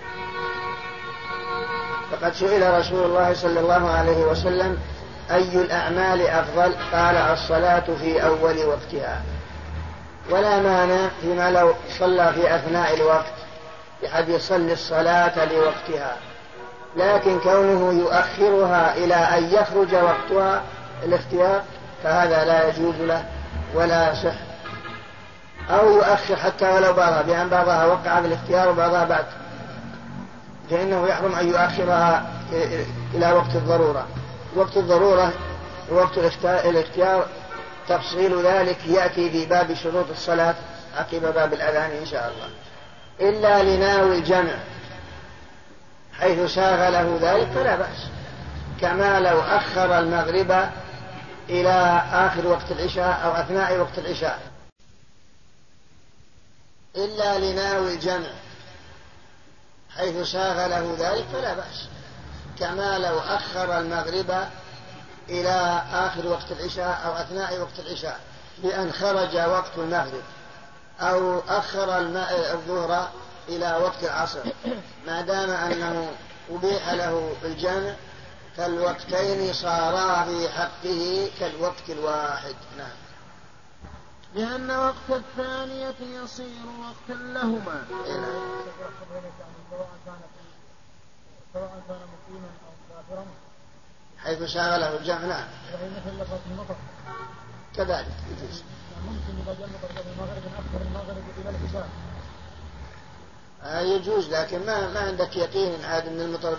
فقد سئل رسول الله صلى الله عليه وسلم: أي الأعمال أفضل؟ قال: الصلاة في أول وقتها. ولا مانع فيما لو صلى في أثناء الوقت بحيث يصلي الصلاة لوقتها، لكن كونه يؤخرها إلى أن يخرج وقتها الاختيار فهذا لا يجوز له ولا يصح. أو يؤخر حتى ولو بعضها، بأن بعضها وقع بالاختيار وبعضها بعد، فإنه يحرم أن يؤخرها إلى وقت الضرورة. وقت الضرورة ووقت الاختيار تفصيل ذلك يأتي في باب شروط الصلاة عقب باب الأذان إن شاء الله. إلا لناوي الجمع حيث ساغ له ذلك فلا بأس، كما لو أخر المغرب إلى آخر وقت العشاء أو أثناء وقت العشاء. إلا لناوي الجمع حيث ساغ له ذلك فلا بأس، كما لو أخر المغرب إلى آخر وقت العشاء أو أثناء وقت العشاء بأن خرج وقت المغرب، أو أخر الظهر إلى وقت العصر، ما دام أنه أبيح له الجمع فالوقتين صارا في حقه كالوقت الواحد. نعم. لأن وقت الثانية يصير وقتا لهما. سواء كان مقيما أو مسافرا حيث ساغ له الجمع. نعم. مثل لفظ المطر كذلك يجوز. ممكن إذا جاء المطر قبل المغرب أكثر المغرب إلى العشاء. يجوز، لكن ما عندك يقين عاد من المطر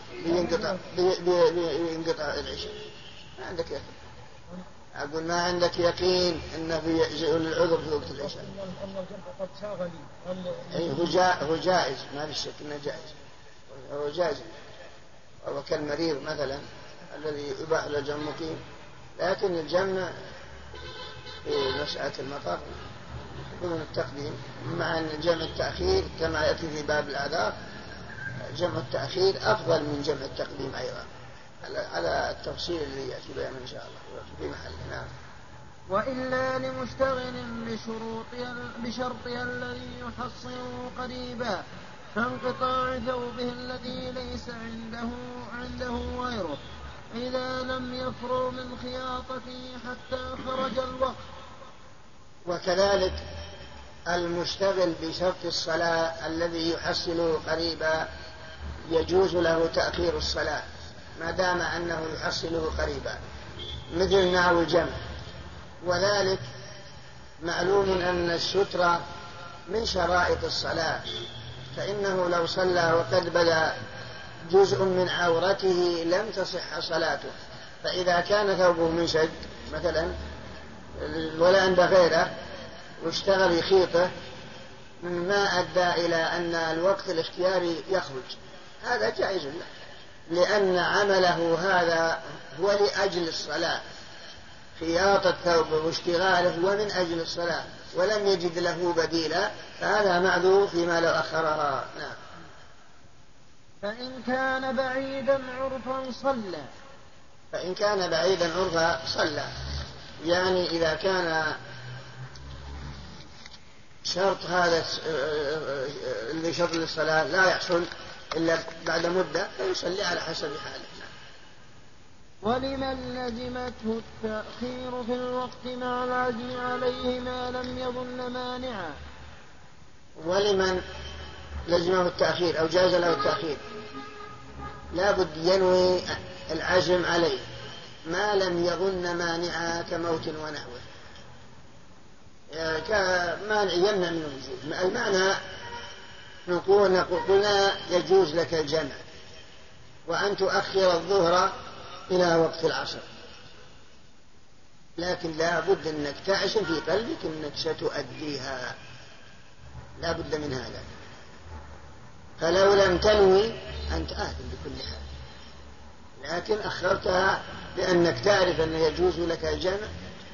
بينقطع العشاء، ما عندك يقين. أقول ما عندك يقين أنه العذر في وقت العشاء. قد ساغ لي. هو جائز، ما في شك أنه جائز، هو جائز. وهو كالمريض مثلا الذي يباح له الجمع مقيم، لكن الجمع في مسألة المطر بدون التقديم، مع أن جمع التأخير كما يأتي في باب الأعذار جمع التأخير أفضل من جمع التقديم أيضا، على التفصيل الذي يأتي بيانه إن شاء الله في محله. نعم. وإلا لمشتغل بشرطها الذي يحصله قريبا كانقطاع ثوبه الذي ليس عنده غيره إذا لم يفرغ من خياطته حتى خرج الوقت. وكذلك المشتغل بشرط الصلاة الذي يحصله قريبا يجوز له تأخير الصلاة ما دام أنه يحصله قريبا، مثل ناو الجمع. وذلك معلوم أن السترة من شرائط الصلاة، فإنه لو صلى وقد بدا جزء من عورته لم تصح صلاته. فإذا كان ثوبه من شد مثلا ولا عند غيره واشتغل يخيطه ما أدى إلى أن الوقت الاختياري يخرج، هذا جائز له، لأن عمله هذا هو لأجل الصلاة، خياطة ثوبه واشتغاله ومن أجل الصلاة ولم يجد له بديلا، فهذا معذور فيما لو أخرها. نعم. فإن كان بعيدا عرفا صلى. فإن كان بعيدا عرفا صلى، يعني إذا كان شرط هذا اللي شرط للصلاة لا يحصل إلا بعد مدة فيصلي على حسب حاله. ولمن لزمته التأخير في الوقت مع العزم عليه ما لم يظن مانعا. ولمن لزمه التأخير أو جاز له التأخير لا بد ينوي العزم عليه ما لم يظن مانعا كموت ونحوه، كمانع يمنع من الوجود. المعنى قلنا يجوز لك الجمع وأن تؤخر الظهر إلى وقت العصر، لكن لا بد أنك تعشم في قلبك أنك ستؤديها، لا بد من هذا. فلو لم تنوي أنت آثم بكل حال، لكن أخرتها لأنك تعرف أنه يجوز لك الجمع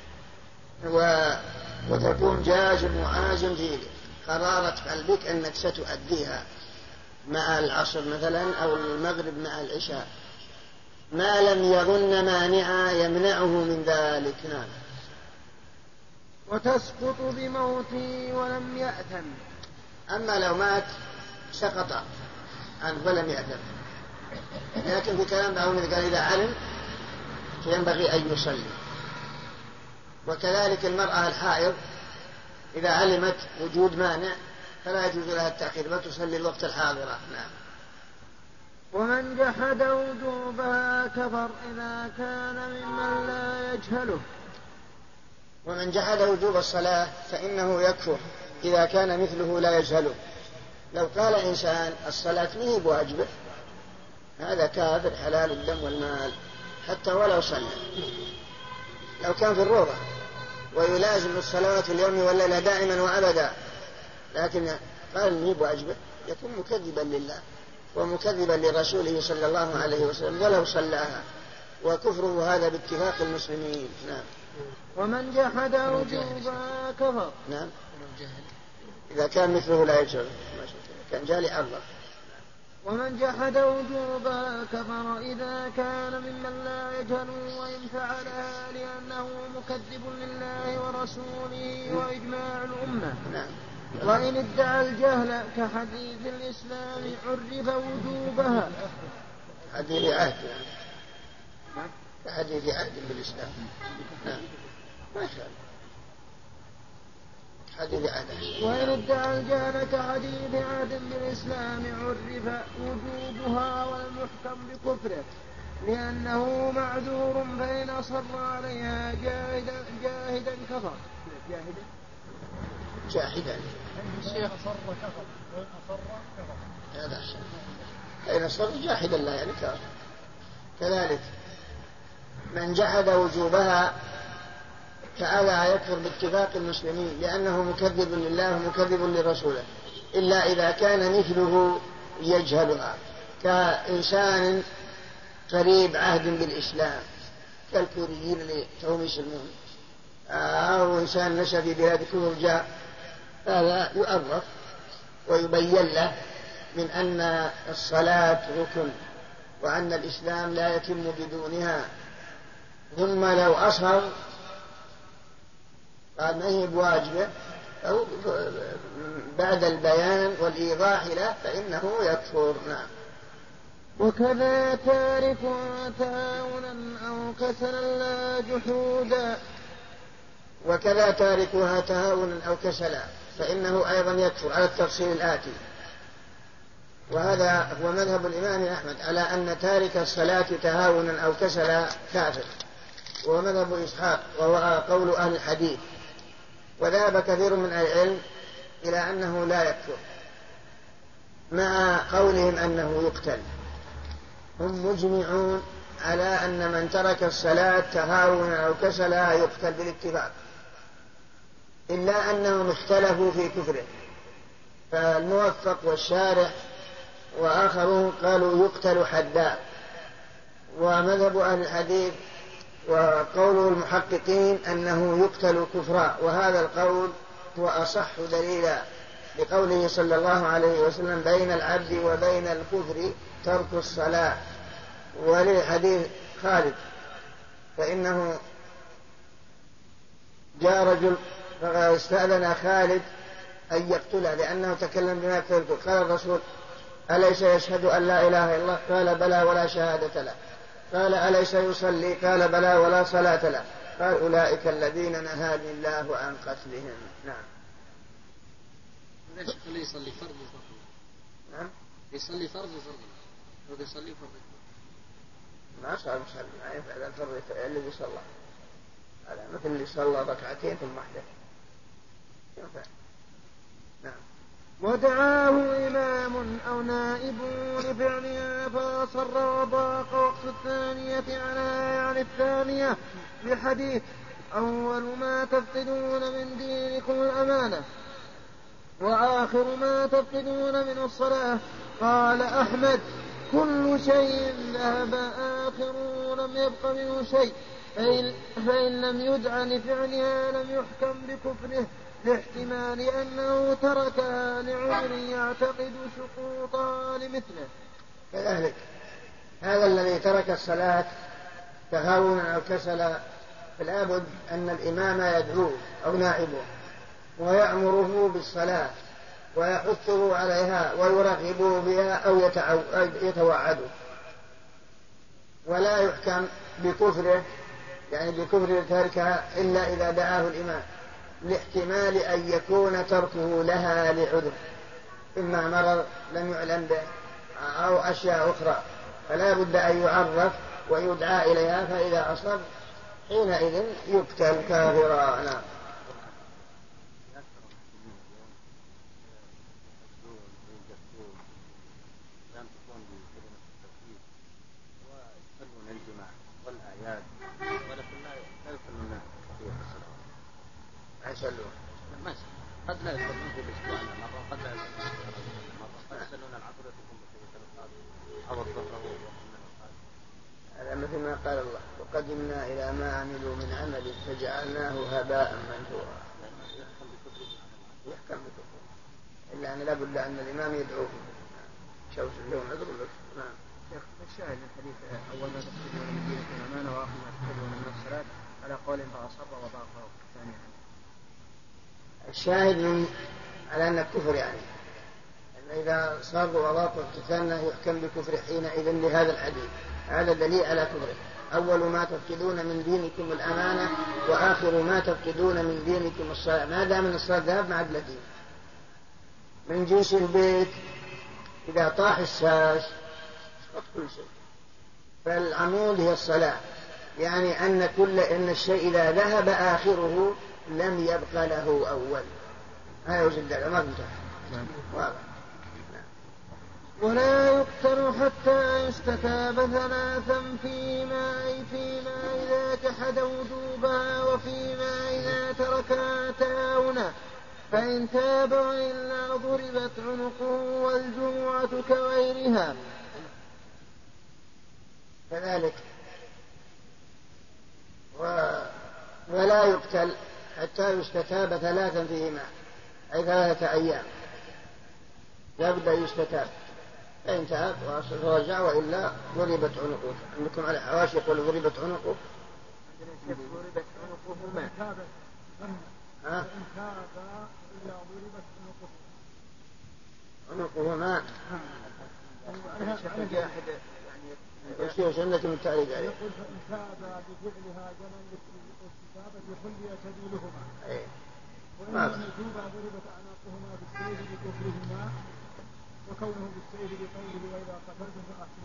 وتكون جازم وعازم في قرارة قلبك أنك ستؤديها مع العصر مثلا أو المغرب مع العشاء، ما لم يظن مانعا يمنعه من ذلك. نعم. وتسقط بموته ولم يأثم. أما لو مات سقط عنه ولم يأثم، لكن في كلام بعضهم قال إذا علم فينبغي أن يصلي. وكذلك المرأة الحائض إذا علمت وجود مانع فلا يجوز لها التأخير وتصلي الوقت الحاضرة. نعم. ومن جحد وجوبها كفر إذا كان ممن لا يجهله. ومن جحد وجوب الصلاة فإنه يكفر إذا كان مثله لا يجهله. لو قال إنسان الصلاة ما هي بواجبة، هذا كافر حلال الدم والمال حتى ولو صلى. لو كان في الروضة ويلازم الصلوات اليوم والليلة دائما وأبدا لكن قال ما هي بواجبة، يكون مكذبا لله ومكذبا لرسوله صلى الله عليه وسلم ولو صلاها، وكفره هذا باتفاق المسلمين. نعم. ومن جحد وجوبها كفر. نعم. إذا كان مثله لا يجهل كان جالي عرض. ومن جحد وجوبها كفر إذا كان ممن لا يجهل وإن فعلها لأنه مكذب لله ورسوله وإجماع الأمة. نعم. وإن ادعى الجهل كحديث الإسلام عرف وجوبها. حديث عهد يعني. كحديث عهد بالإسلام. نعم. ما شاء الله. حديث عهد. وإن ادعى الجهل كحديث عهد بالإسلام عرف وجوبها والمحكم بكفره لأنه معذور فإن أصر عليها جاهدا كفر. جاهدا. الشيخ أصر كفر وإن أصر كفر. هذا أحسن. فإن أصر جاهدا لا يعني كفر. كذلك من جحد وجوبها فهذا يكفر باتفاق المسلمين لأنه مكذب لله ومكذب لرسوله، إلا إذا كان مثله يجهلها كإنسان قريب عهد بالإسلام كالكوريين اللي توم يسلمون، أو إنسان نشأ في بلاد كفر جاء، هذا يؤرخ ويبين له من أن الصلاة ركن وأن الإسلام لا يتم بدونها. ثم لو أصر قال ما هي بواجبة أو بعد البيان والإيضاح له فإنه يكفر. نعم. وكذا تاركها تهاونا أو كسلا لا جحودا. وكذا تاركها تهاونا أو كسلا فإنه أيضا يكفر على التفصيل الآتي. وهذا هو مذهب الإمام أحمد على أن تارك الصلاة تهاونا أو كسلا كافر، وهو مذهب إسحاق وهو قول أهل الحديث. وذهب كثير من العلم إلى أنه لا يكفر مع قولهم أنه يقتل. هم مجمعون على أن من ترك الصلاة تهاونا أو كسلا يقتل بالاتفاق، إلا أنهم اختلفوا في كفره، فالموفق والشارح وآخرون قالوا يقتل حدا. ومذهب أهل الحديث وقول المحققين أنه يقتل كفرا، وهذا القول هو أصح دليلا لقوله صلى الله عليه وسلم بين العبد وبين الكفر ترك الصلاة. ولحديث خالد فإنه جاء رجل فاستأذن خالد أن يقتله لأنه تكلم بما يقتل. قال الرسول أليس يشهد أن لا إله إلا الله؟ قال بلى ولا شهادة له. قال أليس يصلي؟ قال بلى ولا صلاة له. قال أولئك الذين نهاني الله عن قتلهم. نعم. ليش خليه يصلي فرض وفرض؟ نعم. يصلي فرض وفرض. هو يصلي فرض. ما صار يصلي، ما يفعل الفرض الذي صلى. هذا مثل اللي صلى ركعتين ثم واحدة. ينفع. نعم. ودعاه إمام أو نائب لفعلها فأصر وضاق وقت الثانية عن الثانية بحديث أول ما تفقدون من دينكم الأمانة وآخر ما تفقدون من الصلاة. قال أحمد كل شيء ذهب آخره لم يبق منه شيء، فإن لم يدع لفعلها لم يحكم بكفره لاحتمال أنه تركها لعذر يعتقد سقوطها لمثله. كذلك هذا الذي ترك الصلاة تهاونا أو كسلا فلا بد أن الإمام يدعوه أو نائبه ويأمره بالصلاة ويحثه عليها ويرغبه بها أو يتوعده، ولا يحكم بكفره يعني بكفر تركها إلا إذا دعاه الإمام، لاحتمال أن يكون تركه لها لعذر إما مرض لم يعلم به أو أشياء أخرى، فلا بد أن يعرف ويدعى إليها، فإذا أصر حينئذ يقتل كافرا. نعم. قد لا يصلون في الاسبوع مرة، قد لا يصلون مرة، قد يصلون العصر يكون بقية الأوقات أو الظهر هذا مثل ما قال الله وقدمنا إلى ما عملوا من عمل فجعلناه هباء منثورا. يحكم بكفره إلا أن لا بد أن الإمام يدعوه شوش اليوم نضرب لك. نعم. شيخ الشاهد من الحديث أول ما تفقدون من دينكم الأمانة وآخر ما تفقدون من الصلاة على قول فأصر وضاق ثانيا. الشاهد من على أن الكفر يعني أن إذا صار وضاق اقتتالنا يحكم بكفر حينئذ لهذا الحديث. هذا دليل على كفره. أول ما تفقدون من دينكم الأمانة وآخر ما تفقدون من دينكم الصلاة. ما دام من الصلاة ذهب مع الدين من جنس البيت. إذا طاح الساس كل شيء، فالعمود هي الصلاة، يعني أن الشيء إذا ذهب آخره لم يبقى له أول. هذا وجد ما انتهى. واضح. ولا يقتل حتى يستتاب ثلاثا فيما إذا جحد وجوبها وفيما إذا تركها تهاونا، فإن تاب وإلا ضربت عنقه والجمعة كغيرها. كذلك ولا يقتل حتى يستتاب ثلاثا فيهما، أي 3 أيام يبدأ يستتاب، فإن تاب ورجع وإلا ضربت عنقه. عندكم على حواشي يقول ضربت عنقه. ضربت عنقه ها؟ عنقه ما يصير سنة من التعريف عليه. يقول فإن تاب بفعلها جمل للاستتابة خلي سبيلهما، وإن لم يتوبا ضربت أعناقهما بالسيف بكفرهما، وكونه بالسيف بقوله وإذا قتلتم فأحسنوا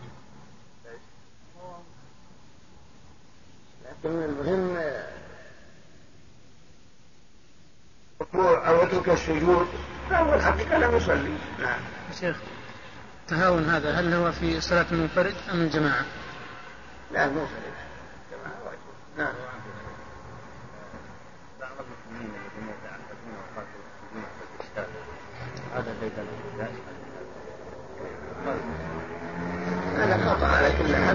القتل. لكن المهم الركوع أو يترك السجود فهو الحقيقة لا يصلي. نعم. شيخ التهاون هذا هل هو في صلاة المنفرد أم الجماعة؟ لا المنفرد جماعة واجب. نعم. بعض المسلمين الذين يتعبدون وقاتلوا في الإسلام هذا ليس له جائز. هذا خطأ على كل حال،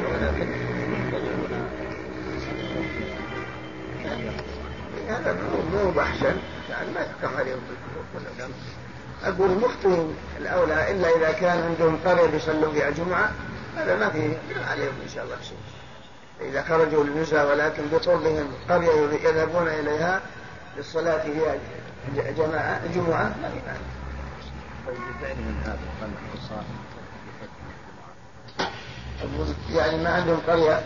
هذا مو بحثا يعني ما يحكم عليهم بالكفر. أقول مخطئين الأولى إلا إذا كان عندهم قرية بيصلوا فيها جمعة، هذا ما فيه عليهم إن شاء الله شيء. إذا خرجوا للنزهة ولكن بطولهم قرية يذهبون إليها للصلاة فيها جمعة ما في معنى. من هذا يعني ما عندهم قرية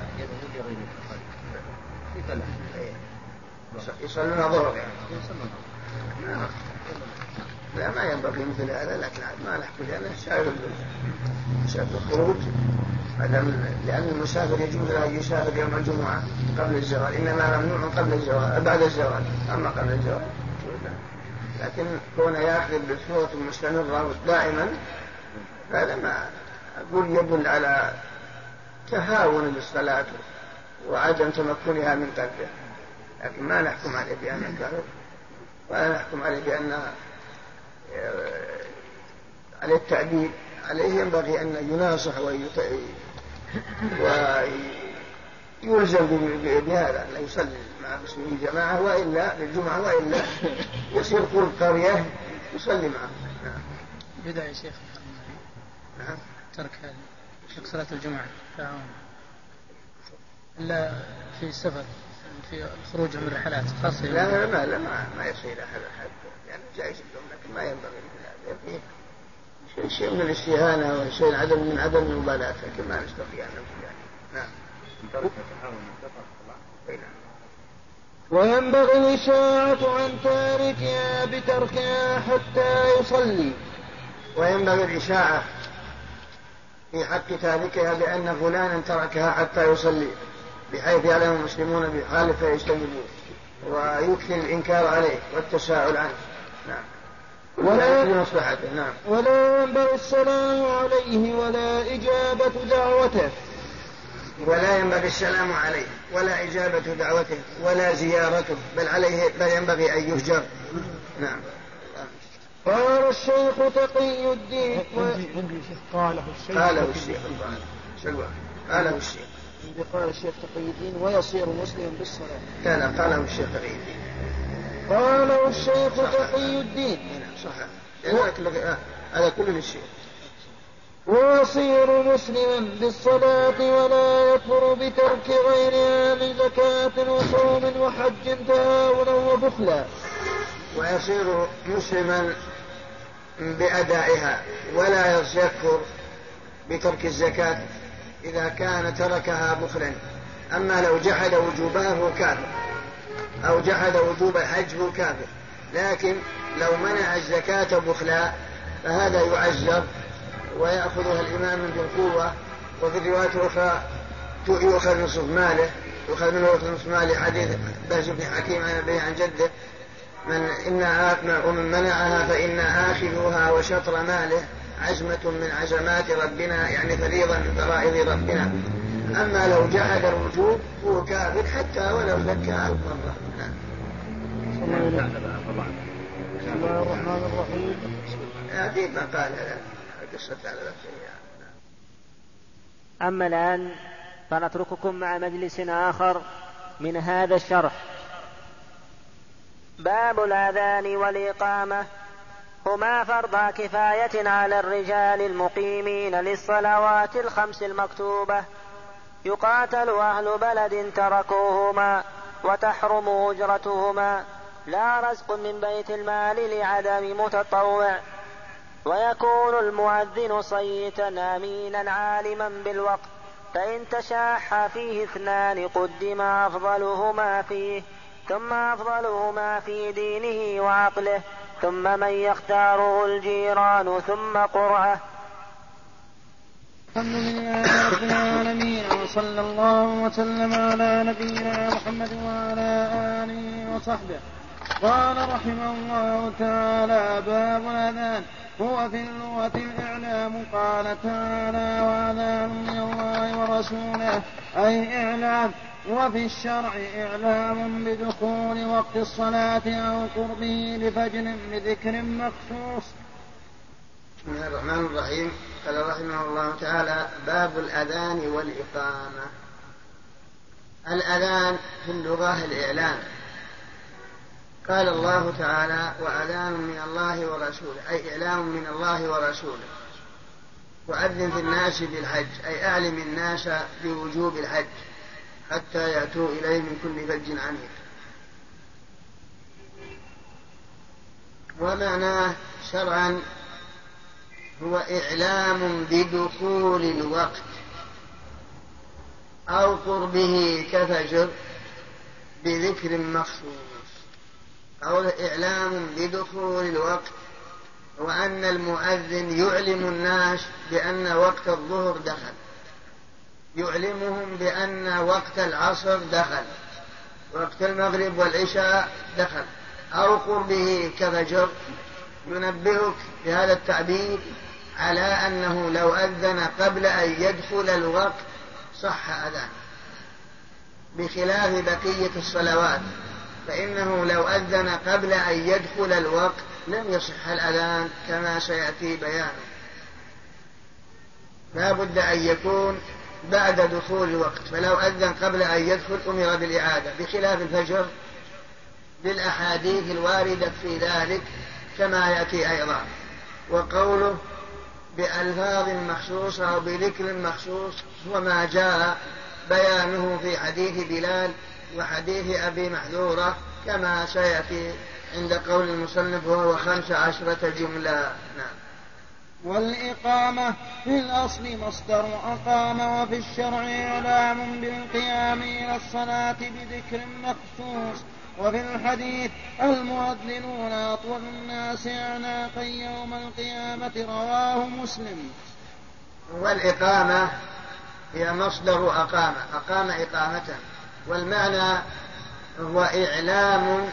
يصلون ظهر يعني. لا ما ينبغي مثل هذا، لكن ما نحكي لأنه شاهد الخروج، لأن المسافر يجوز له يسافر يوم الجمعة قبل الزوال، إنما ممنوع قبل الزوال بعد الزوال، أما قبل الزوال لكن كون يأخذ بصورة مستمرة دائما هذا ما أقول يدل على تهاون بالصلاة وعدم تمكنها من قلبه، لكن ما نحكم عليه بأنه كافر ولا نحكم عليه بأنه عليه التعديل عليه ينبغي أن يناصح ويلزم بهذا أن يصلي مع المسلمين جماعة وإلا للجمعة، وإلا يصير قرب قرية يصلي معه. بدأ يا شيخ ترك صلاة الجمعة إلا في السفر في الخروج من الرحلات خاصة. لا ما يصير أحد يعني جائز لهم، لكن ما ينبغي هذا فيه شيء من الاستهانة وشيء من عدم المبالاة، لكن ما نستطيع أن نقول يعني. نعم. وينبغي الإشاعة عن تاركها بتركها حتى يصلي. وينبغي الإشاعة في حق تاركها بأن فلانا تركها حتى يصلي، بحيث يعلم المسلمون بحاله فيجتنبوه، ويكثر الإنكار عليه والتساؤل عنه. نعم. ولا ينبغي السلام عليه ولا إجابة دعوته. ولا ينبغي السلام عليه ولا إجابة دعوته ولا زيارته، بل ينبغي أن يهجر. نعم. قال الشيخ تقي الدين قاله الشيخ تقي الدين ويصير مسلم بالصلاة. لا قاله الشيخ تقي الدين. قاله الشيخ تقي الدين صح. هذا كل الشيء. ويصير مسلما بالصلاة ولا يكفر بترك غيرها من زكاة وصوم وحج تهاونا وبخلا. ويصير مسلما بأدائها ولا يكفر بترك الزكاة إذا كان تركها بخلا. أما لو جحد وجوبها فهو كافر، أو جحد وجوب الحج فهو كافر. لكن لو منع الزكاة بخلا فهذا يعذر ويأخذها الإمام بالقوة. وفي الرواية الأخرى يؤخذ نصف ماله، يؤخذ منه نصف ماله، حديث بهز بن حكيم عن أبيه عن جده: ومن منعها فإن آخذها وشطر ماله عزمة من عزمات ربنا، يعني فريضة من فرائض ربنا. أما لو جحد الوجوب هو كافر حتى ولو زكى 1000 مرة. بسم الله الرحمن الرحيم. هذه ما قال قصة على أما الآن فنترككم مع مجلس آخر من هذا الشرح. باب الأذان والإقامة هما فرضا كفاية على الرجال المقيمين للصلوات الخمس المكتوبة، يقاتل أهل بلد تركوهما وتحرم أجرتهما، لا رزق من بيت المال لعدم متطوع. ويكون المؤذن صيتا أمينا عالما بالوقت، فإن تشاح فيه 2 قدم أفضلهما فيه، ثم أفضلهما في دينه وعقله، ثم من يختاره الجيران، ثم قرأه. الحمد لله رب العالمين، وصلى الله وسلم على نبينا محمد وعلى آله وصحبه. قال رحمه الله تعالى: باب الأذان هو في اللغة الإعلام. قال تعالى: وأذان من الله ورسوله، أي إعلام. وفي الشرع إعلام بدخول وقت الصلاة أو قربه لفجر بذكر مخصوص. بسم الله الرحمن الرحيم. قال رحمه الله تعالى: باب الأذان والإقامة. الأذان في اللغة الإعلام. قال الله تعالى: وأذان من الله ورسوله، أي إعلام من الله ورسوله. وأذن في الناس بالحج، أي أعلم الناس بوجوب الحج حتى يأتوا إليه من كل فج عميق. ومعناه شرعا هو إعلام بدخول الوقت أو قربه كفجر بذكر مخصوص. أو إعلام بدخول الوقت، وأن المؤذن يعلم الناس بأن وقت الظهر دخل، يعلمهم بأن وقت العصر دخل، وقت المغرب والعشاء دخل، أو قربه كفجر، ينبهك بهذا التعبير على أنه لو أذن قبل أن يدخل الوقت صح أذان، بخلاف بقية الصلوات، فإنه لو أذن قبل أن يدخل الوقت لم يصح الأذان كما سيأتي بيانه. لا بد أن يكون بعد دخول الوقت، فلو أذن قبل أن يدخل أمر بالإعادة، بخلاف الفجر للأحاديث الواردة في ذلك كما يأتي أيضا. وقوله بألفاظ مخصوصة أو بذكر مخصوص هو ما جاء بيانه في حديث بلال وحديث أبي محذورة كما سيأتي عند قول المصنف وهو 15 جملة. نعم. والإقامة في الأصل مصدر أقام، وفي الشرع إعلام بالقيام إلى الصلاة بذكر مخصوص. وفي الحديث المؤذنون أطول الناس أعناقا يوم القيامة، رواه مسلم. والإقامة هي مصدر أقام، أقام إقامة، والمعنى هو إعلام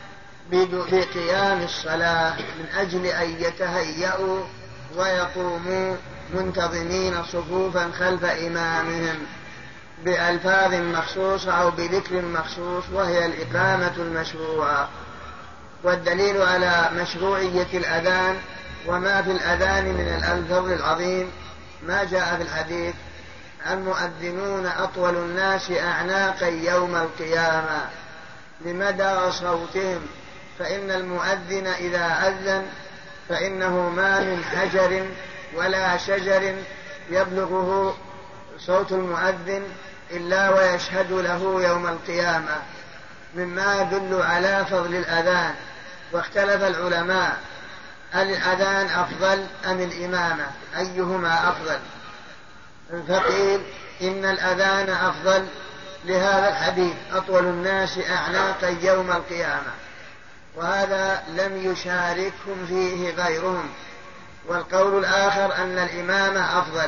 بقيام الصلاة من أجل أن يتهيأوا ويقوموا منتظمين صفوفا خلف إمامهم بألفاظ مخصوصة أو بذكر مخصوص، وهي الإقامة المشروعة. والدليل على مشروعية الأذان وما في الأذان من الفضل العظيم ما جاء في الحديث: المؤذنون أطول الناس أعناقا يوم القيامة، لمدى صوتهم، فإن المؤذن إذا أذن فإنه ما من حجر ولا شجر يبلغه صوت المؤذن إلا ويشهد له يوم القيامة، مما يدل على فضل الأذان. واختلف العلماء الأذان أفضل أم الإمامة، أيهما أفضل؟ فقيل إن الأذان أفضل لهذا الحديث: أطول الناس أعناقا يوم القيامة، وهذا لم يشاركهم فيه غيرهم. والقول الآخر أن الإمامة أفضل،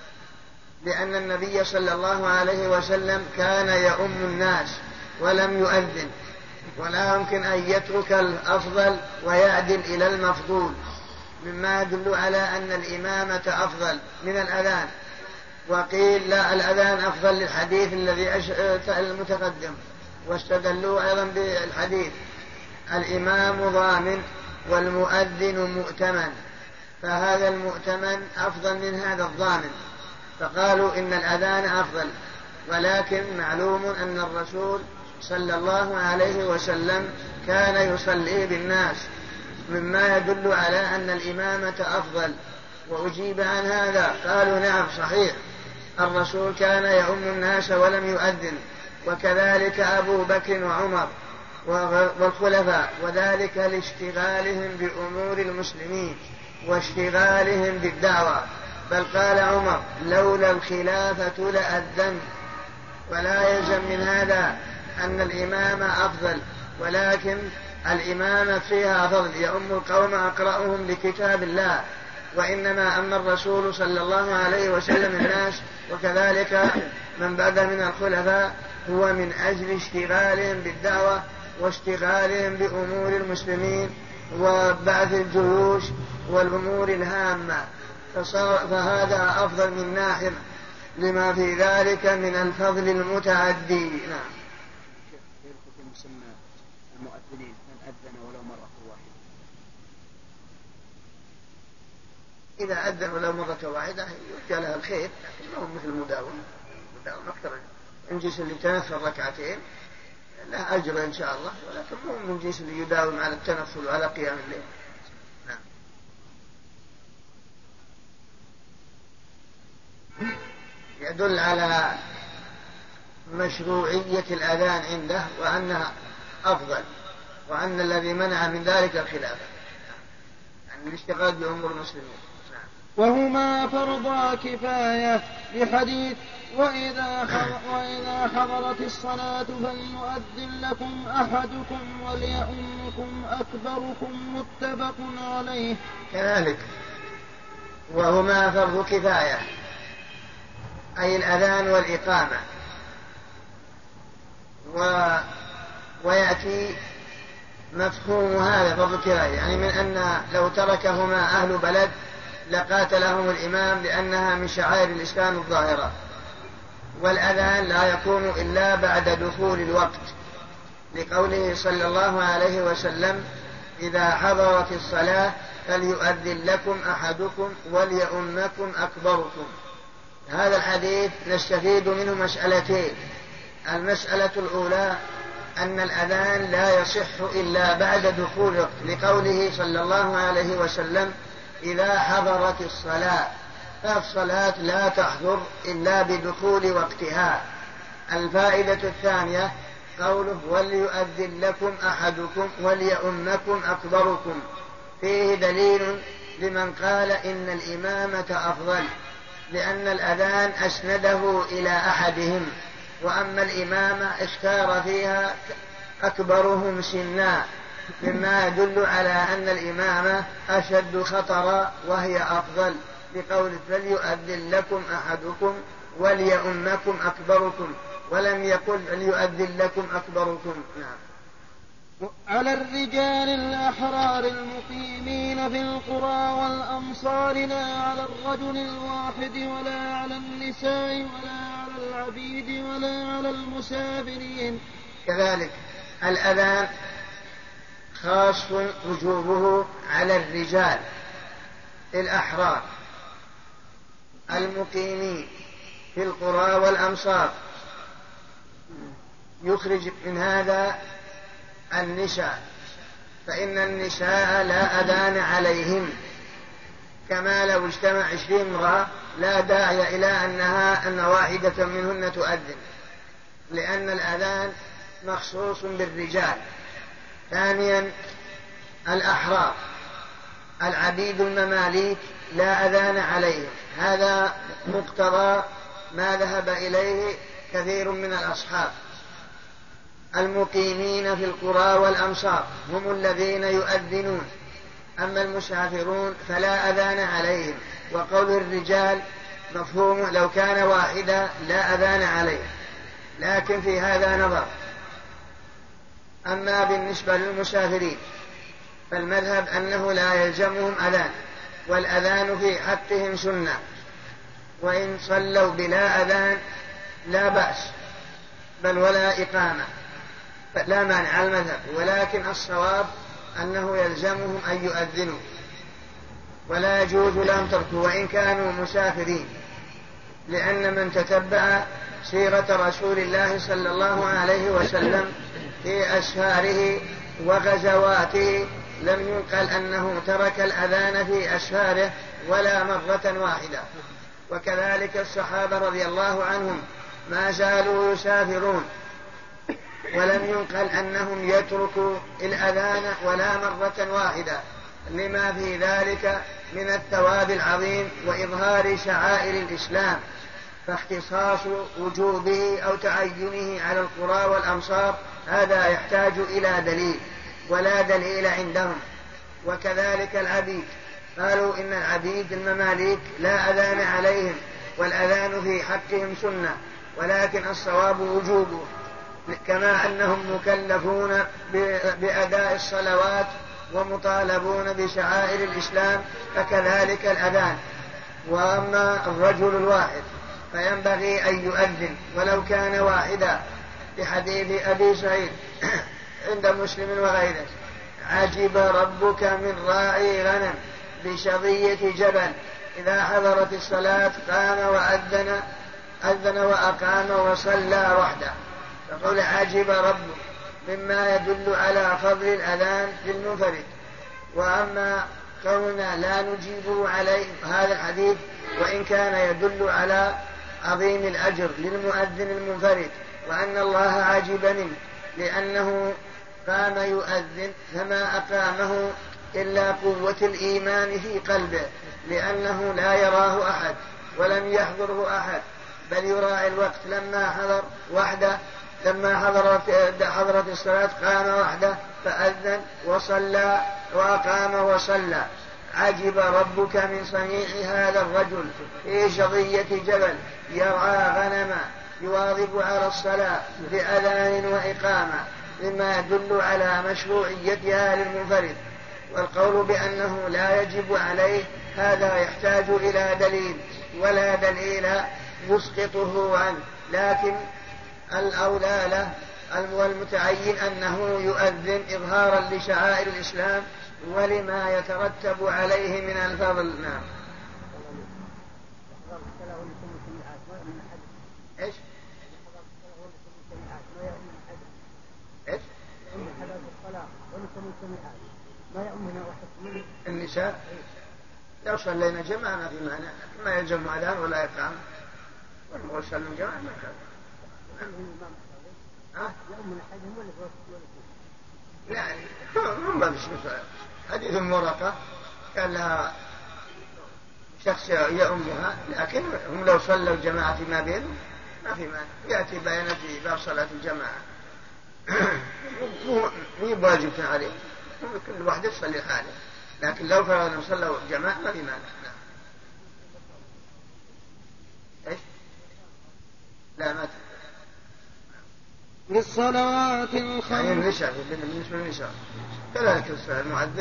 لأن النبي صلى الله عليه وسلم كان يؤم الناس ولم يؤذن، ولا يمكن أن يترك الأفضل ويعدل إلى المفضول، مما يدل على أن الإمامة أفضل من الأذان. وقيل لا، الأذان أفضل للحديث الذي المتقدم، واستدلوا أيضا بالحديث: الإمام ضامن والمؤذن مؤتمن، فهذا المؤتمن أفضل من هذا الضامن، فقالوا إن الأذان أفضل. ولكن معلوم أن الرسول صلى الله عليه وسلم كان يصلي بالناس، مما يدل على أن الإمامة أفضل. وأجيب عن هذا قالوا: نعم صحيح، الرسول كان يؤم الناس ولم يؤذن، وكذلك أبو بكر وعمر والخلفاء، وذلك لاشتغالهم بأمور المسلمين واشتغالهم بالدعوة. بل قال عمر: لولا الخلافة لأذن. ولا يلزم من هذا أن الإمامة أفضل، ولكن الإمامة فيها فضل، يؤم القوم أقرأهم لكتاب الله، وإنما أما الرسول صلى الله عليه وسلم الناس وكذلك من بعد من الخلفاء هو من أجل اشتغالهم بالدعوة واشتغالهم بأمور المسلمين وبعث الجيوش والأمور الهامة، فهذا أفضل من ناحية لما في ذلك من الفضل المتعدي. نعم. المؤذنين من أذن ولو مرة واحدة، إذا أذن ولو مرة واحدة يرجى لها الخير، لكن ما هو مثل المداوم أكثر من جنس اللي تنفل ركعتين له أجر إن شاء الله، ولكن مو من جنس اللي يداوم على التنفل وعلى قيام الليل. نعم. يدل على مشروعية الأذان عنده وأنها أفضل، وأن الذي منع من ذلك الخلافة، يعني الاشتغال بأمور المسلمين. وهما فرضا كفاية، لحديث: وإذا حضرت الصلاة فليؤذن لكم أحدكم وليؤمكم أكبركم، متفق عليه. كذلك وهما فرض كفاية، أي الأذان والإقامة، ويأتي مفهوم هذا فرض كفاية، يعني من أن لو تركهما أهل بلد لقاتلهم الإمام، لأنها من شعائر الإسلام الظاهرة. والأذان لا يكون إلا بعد دخول الوقت، لقوله صلى الله عليه وسلم: إذا حضرت الصلاة فليؤذن لكم أحدكم وليؤمكم أكبركم. هذا الحديث نستفيد منه مسألتين. المسألة الأولى أن الأذان لا يصح إلا بعد دخول وقت، لقوله صلى الله عليه وسلم إذا حضرت الصلاة، فالصلاة لا تحضر إلا بدخول وقتها. الفائدة الثانية قوله وليؤذن لكم أحدكم وليؤمكم أكبركم، فيه دليل لمن قال إن الإمامة أفضل، لأن الأذان أسنده إلى أحدهم، وأما الإمامة اختار فيها أكبرهم سنا، مما يدل على أن الإمامة أشد خطرا وهي أفضل، بقول فليؤذن لكم أحدكم وليؤمكم أكبركم، ولم يقل ليؤذن لكم أكبركم. نعم. على الرجال الأحرار المقيمين في القرى والأمصار، لا على الرجل الواحد ولا على النساء ولا على العبيد ولا على المسافرين. كذلك الأذان خاص وجوبه على الرجال الأحرار المقيمين في القرى والأمصار، يخرج من هذا النساء، فإن النساء لا أذان عليهم، كما لو اجتمع 20 امرأة لا داعي إلى أن واحدة منهن تؤذن، لأن الأذان مخصوص بالرجال. ثانيا الأحرار العبيد المماليك لا أذان عليهم، هذا مقتضى ما ذهب إليه كثير من الأصحاب. المقيمين في القرى والأمصار هم الذين يؤذنون، أما المسافرون فلا أذان عليهم. وقول الرجال مفهوم لو كان واحدا لا أذان عليه، لكن في هذا نظر. أما بالنسبة للمسافرين فالمذهب أنه لا يلزمهم أذان، والأذان في حقهم سنة، وإن صلوا بلا أذان لا بأس، بل ولا إقامة، لا مانع المذهب، ولكن الصواب أنه يلزمهم أن يؤذنوا، ولا يجوز لهم تركه وإن كانوا مسافرين، لأن من تتبع سيرة رسول الله صلى الله عليه وسلم في أسفاره وغزواته لم ينقل أنه ترك الأذان في أسفاره ولا مرة واحدة. وكذلك الصحابة رضي الله عنهم ما زالوا يسافرون، ولم ينقل أنهم يتركوا الأذان ولا مرة واحدة، لما في ذلك من الثواب العظيم وإظهار شعائر الإسلام. فاختصاص وجوبه أو تعينه على القرى والأمصار هذا يحتاج إلى دليل، ولا دليل عندهم. وكذلك العبيد، قالوا إن العبيد المماليك لا أذان عليهم، والأذان في حقهم سنة، ولكن الصواب وجوبه، كما أنهم مكلفون بأداء الصلوات ومطالبون بشعائر الإسلام، فكذلك الأذان. وأما الرجل الواحد فينبغي أن يؤذن ولو كان واحدا، بحديث أبي سعيد عند مسلم وغيره: عجب ربك من راعي غنم بشظية جبل، إذا حضرت الصلاة قام وأذن، أذن وأقام وصلى وحده. فقول عجب ربك مما يدل على فضل الأذان للمنفرد. وأما كوننا لا نجيبه عليه هذا الحديث، وإن كان يدل على عظيم الأجر للمؤذن المنفرد، وأن الله عجب منه لأنه قام يؤذن، فما أقامه إلا قوة الإيمان في قلبه، لأنه لا يراه أحد ولم يحضره أحد، بل يراعي الوقت. لما حضر وحده، لما حضرت الصلاة قام وحده فأذن وصلى وأقام وصلى. عجب ربك من صنيع هذا الرجل في شظية جبل يرعى غنما يواظب على الصلاة بأذان وإقامة، مما يدل على مشروعيتها للمنفرد. والقول بأنه لا يجب عليه هذا يحتاج إلى دليل، ولا دليل يسقطه عنه، لكن الأولى له والمتعين أنه يؤذن إظهارا لشعائر الإسلام ولما يترتب عليه من الفضل. نعم. ايش؟ ايش؟ النساء لو صلينا جماعة ما في معنى، ما يلزم أذان ولا إقامة، والمغول صلوا جماعة ما كان. لا هم ما بيشوفوا. حديث المرقة كان لها شخص يؤمها، لكن هم لو صلوا الجماعة فيما بينهم ما في معنى، يأتي بيان في باب صلاة الجماعة. هي واجب عليه، كل واحد يصلي حاله، لكن لو فرضنا صلوا جماعة ما في معنى. نعم. ايش؟ لا ما للصلوات الخمس. يعني النساء بالنسبة للنساء كذلك المعدل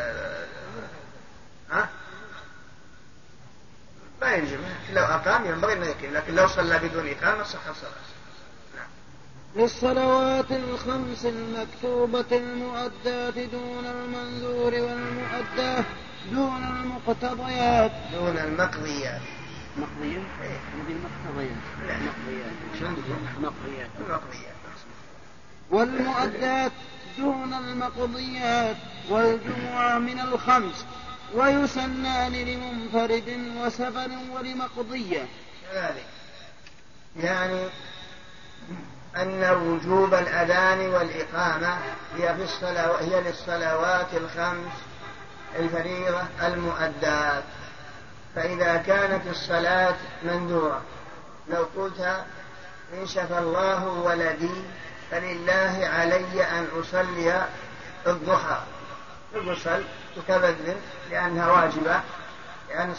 ما ينجم، لو أقام ينبغي أن يقيم، لكن لو صلى بدون إقامة صح صلاة. نعم. للصلوات الخمس المكتوبة المؤدات دون المنذور والمؤدات دون المقتضيات. دون المقضيات. مقضيات؟ ايه المقتضيات. لا مقضيات. المقضيات. والمؤدات دون المقضيات. والجمعة من الخمس، ويسنان لمنفرد وسفر ولمقضية. كذلك يعني أن وجوب الأذان والإقامة هي للصلوات الخمس الفريضة المؤدات. فإذا كانت الصلاة مندورة، لو قلت إن شفى الله ولدي فلله علي أن أصلي الضحى، الغسل تتبذل لأنها واجبة، لأن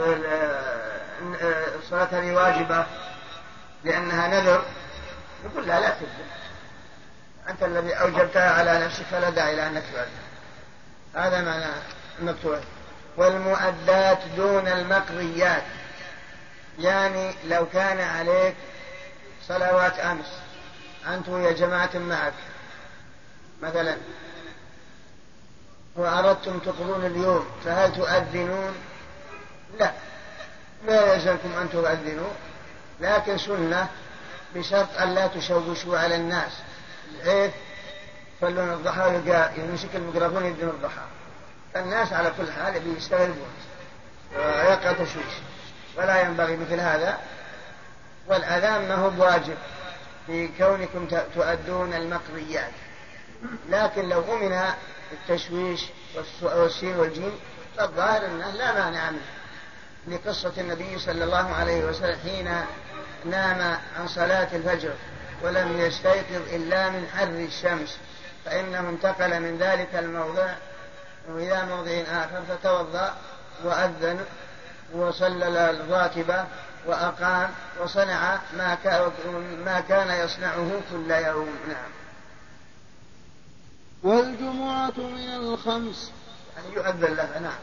الصلاة هذه واجبة لأنها نذر، نقول لا تبذل، أنت الذي أوجبتها على نفسك فلا داعي لأنك تبذل. هذا معنى المكتوب. والمؤدات دون المقضيات، يعني لو كان عليك صلوات أمس أنت يا جماعة معك مثلا وأردتم تقضون اليوم، فهل تؤذنون؟ لا يلزمكم أن تؤذنوا، لكن سنة بشرط أن لا تشوشوا على الناس. إيه؟ يصلون الضحى يمسك الميكروفون يدين الضحى، الناس على كل حال بيستغربون ويقع تشويش، ولا ينبغي مثل هذا. والأذان ما هو بواجب في كونكم تؤدون المقضيات، لكن لو أمن التشويش والسين والجيم فالظاهر أنه لا مانع منه، لقصة النبي صلى الله عليه وسلم حين نام عن صلاة الفجر ولم يستيقظ إلا من حر الشمس، فإنه انتقل من ذلك الموضع إلى موضع آخر فتوضأ وأذن وصلى الراتبة وأقام وصنع ما كان يصنعه كل يوم. نعم. والجمعة من الخمس، يعني يؤذن لها. نعم.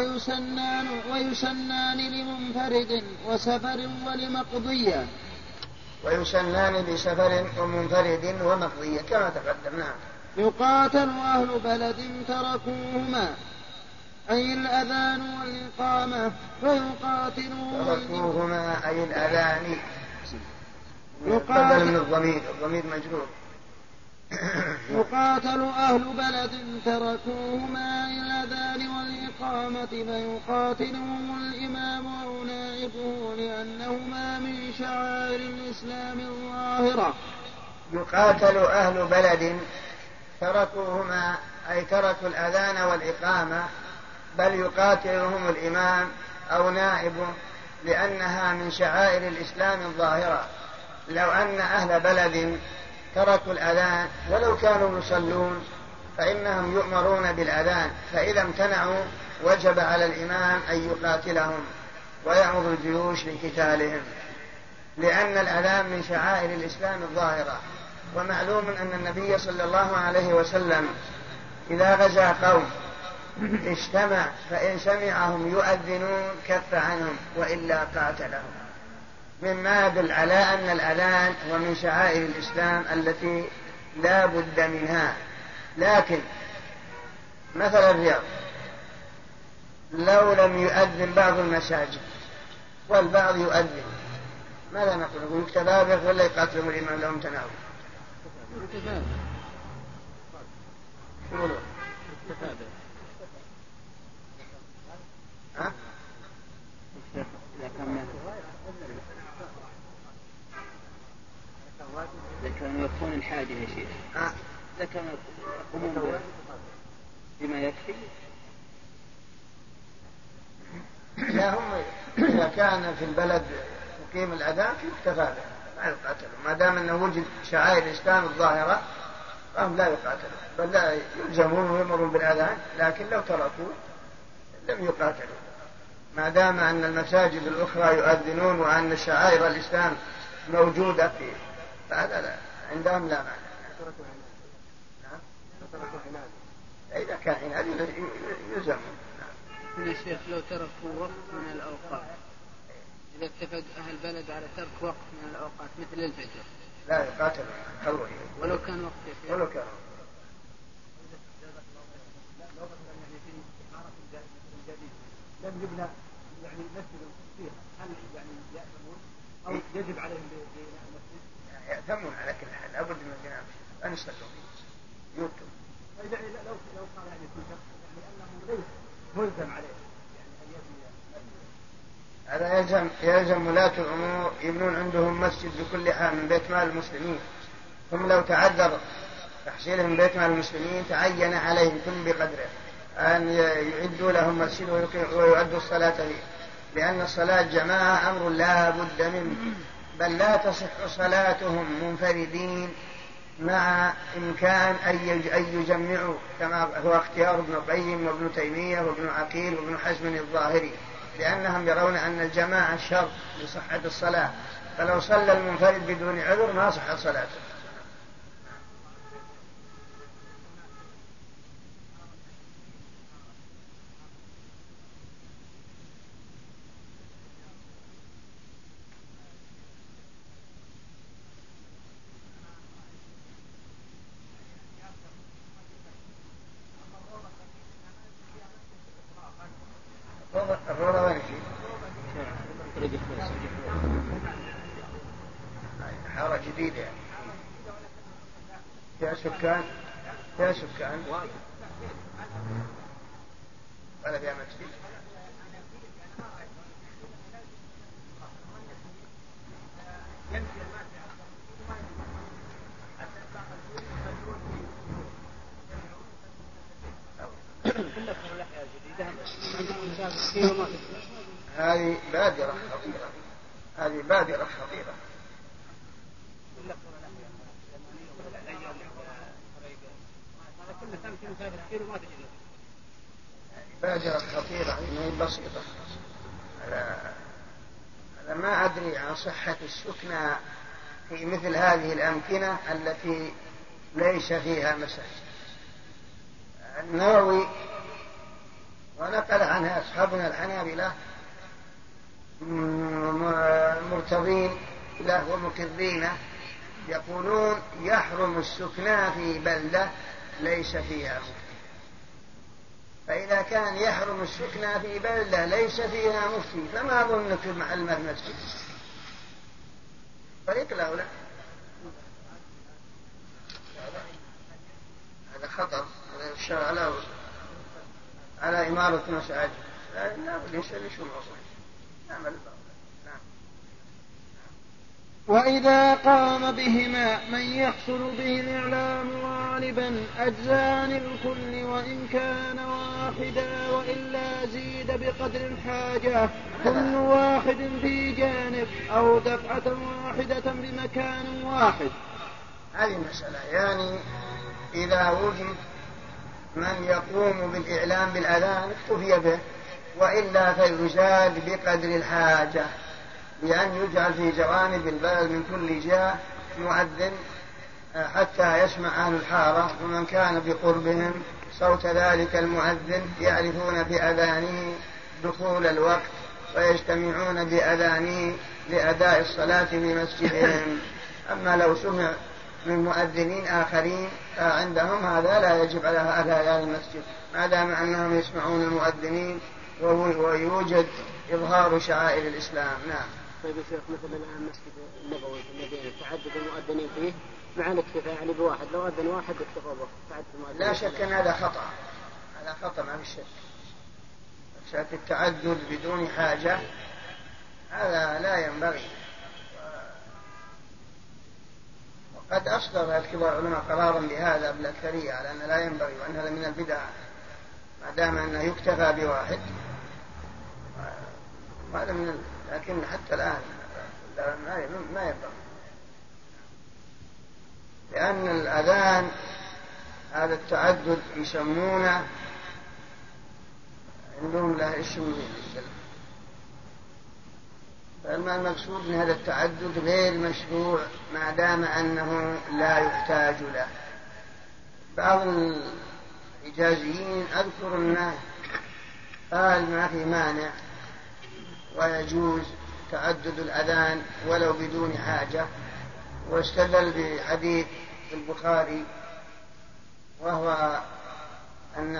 ويسنان لمنفرد وسفر ولمقضية. ويسنان لسفر ومنفرد ومقضية كما تقدم. نعم. يقاتل أهل بلد تركوهما، أي الأذان والإقامة، تركوهما أي الأذان بدل من الضمير مجرور. يقاتل أهل بلد تركوهما أي الأذان والإقامة، فيقاتلهم الإمام أو نائبه لأنهما من شعائر الإسلام الظاهرة. يقاتل أهل بلد تركوهما أي تركوا الأذان والإقامة، بل يقاتلهم الإمام أو نائبه لأنها من شعائر الإسلام الظاهرة. لو أن أهل بلد تركوا الأذان ولو كانوا يصلون فإنهم يؤمرون بالأذان، فإذا امتنعوا وجب على الإمام أن يقاتلهم ويأمر الجيوش لقتالهم، لأن الأذان من شعائر الإسلام الظاهرة. ومعلوم أن النبي صلى الله عليه وسلم إذا غزا قوم اجتمع فإن سمعهم يؤذنون كف عنهم وإلا قاتلهم، مما يدل على أن الأذان هو من شعائر الإسلام التي لا بد منها. لكن مثل الرياض لو لم يؤذن بعض المساجد والبعض يؤذن ماذا نقول؟ يكتفى به ولا يقاتلهم الإمام لهم تناول؟ يكتفى شو ها؟ إذا كانوا يكون الحاجة يا شيخ، إذا كانوا يقومون بما يكفي. لا، هم إذا كان في البلد يقيم الأذان يكتفى به ما يقاتلوا، ما دام أنه وجد شعائر الإسلام الظاهرة فهم لا يقاتلوا، بل لا يلزمون ويمرون بالأذان، لكن لو تركوا لم يقاتلوا ما دام أن المساجد الأخرى يؤذنون وأن شعائر الإسلام موجودة فيه، فهذا لا عندهم لا مانع. إذا كان عناد يلزمون. يا شيخ لو تركوا وقت من الأوقات، إذا اتفق أهل البلد على ترك وقت من الأوقات مثل الفجر لا يقاتلون ولو كان وقت ولو كان لم يبنى يعني مسجد فيه، هل يعني يأثمون أو يجب عليهم بناء المسجد؟ يأثمون على كل حال، لابد من بناء المسجد أن يصلوا فيه يوتوا. يعني لو قال يعني كل شخص يعني أنه ليس ملزم عليه يعني أن يبني هذا يلزم ولاة الأمور يبنون عندهم مسجد بكل حال من بيت مال المسلمين، ثم لو تعذر تحصيلهم بيت مال المسلمين تعين عليهم كل بقدره أن يعدوا لهم مسجد ويؤدوا الصلاة فيه، لأن الصلاة جماعة أمر لا بد منه، بل لا تصح صلاتهم منفردين مع إمكان أن يجمعوا، كما هو اختيار ابن القيم وابن تيمية وابن عقيل وابن حزم الظاهري، لأنهم يرون أن الجماعة شرط لصحة الصلاة، فلو صلى المنفرد بدون عذر ما صحت صلاته. الروضة وين فيه؟ حارة جديدة يعني. فيها سكان ولا فيها مسجد؟ هذه بادرة خطيرة. بادرة خطيرة يعني بسيطة. أنا ما أدري عن صحة السكنى في مثل هذه الأمكنة التي ليس فيها مساجد. النووي ونقل عنها أصحابنا الحنابلة مرتضين له ومكرين يقولون يحرم السكنى في بلدة ليس فيها مفتي، فإذا كان يحرم السكنى في بلدة ليس فيها مفتي فما ظنك مع المسجد؟ طريق لا ولا هذا خطر على إمارة مساجد. لا ليس شو نعمل. وإذا قام بهما من يحصل به الإعلام غالبا أجزان الكل وإن كان واحدا، وإلا زيد بقدر الحاجة كل واحد في جانب أو دفعة واحدة بمكان واحد. هذه المسألة يعني إذا وجد من يقوم بالإعلام بالأذان اكتفي به، وإلا فيزاد بقدر الحاجة، بأن يجعل في جوانب البلد من كل جهة مؤذن حتى يسمع أهل الحارة ومن كان بقربهم صوت ذلك المؤذن، يعرفون بأذانه دخول الوقت ويجتمعون بأذانه لأداء الصلاة في مسجدهم. أما لو سمع من مؤذنين آخرين عندهم هذا لا يجب على أهل المسجد ما دام أنهم يسمعون المؤذنين ويوجد إظهار شعائر الإسلام. نعم. طيب يا شيخ مثل الآن مسجد النبوي في المدينة تعدد المؤذنين فيه مع الاكتفاء يعني بواحد، لو أذن واحد اكتفى به تعدد المؤذنين. لا شك أن هذا خطأ، هذا خطأ ما في شك. التعدد بدون حاجة هذا لا ينبغي. وقد أصدر كبار العلماء قرارا بهذا بالأكثرية على أن لا ينبغي وأن هذا من البدع ما دام أنه يكتفى بواحد. وهذا من لكن حتى الآن ما ينبغي، لأن الأذان هذا التعدد يسمونه عندهم له اسم فالما المقصود من هذا التعدد غير مشروع ما دام أنه لا يحتاج له. بعض الإجازيين أذكر أنه قال ما في مانع ويجوز تعدد الأذان ولو بدون حاجة، واستدل بحديث البخاري وهو أن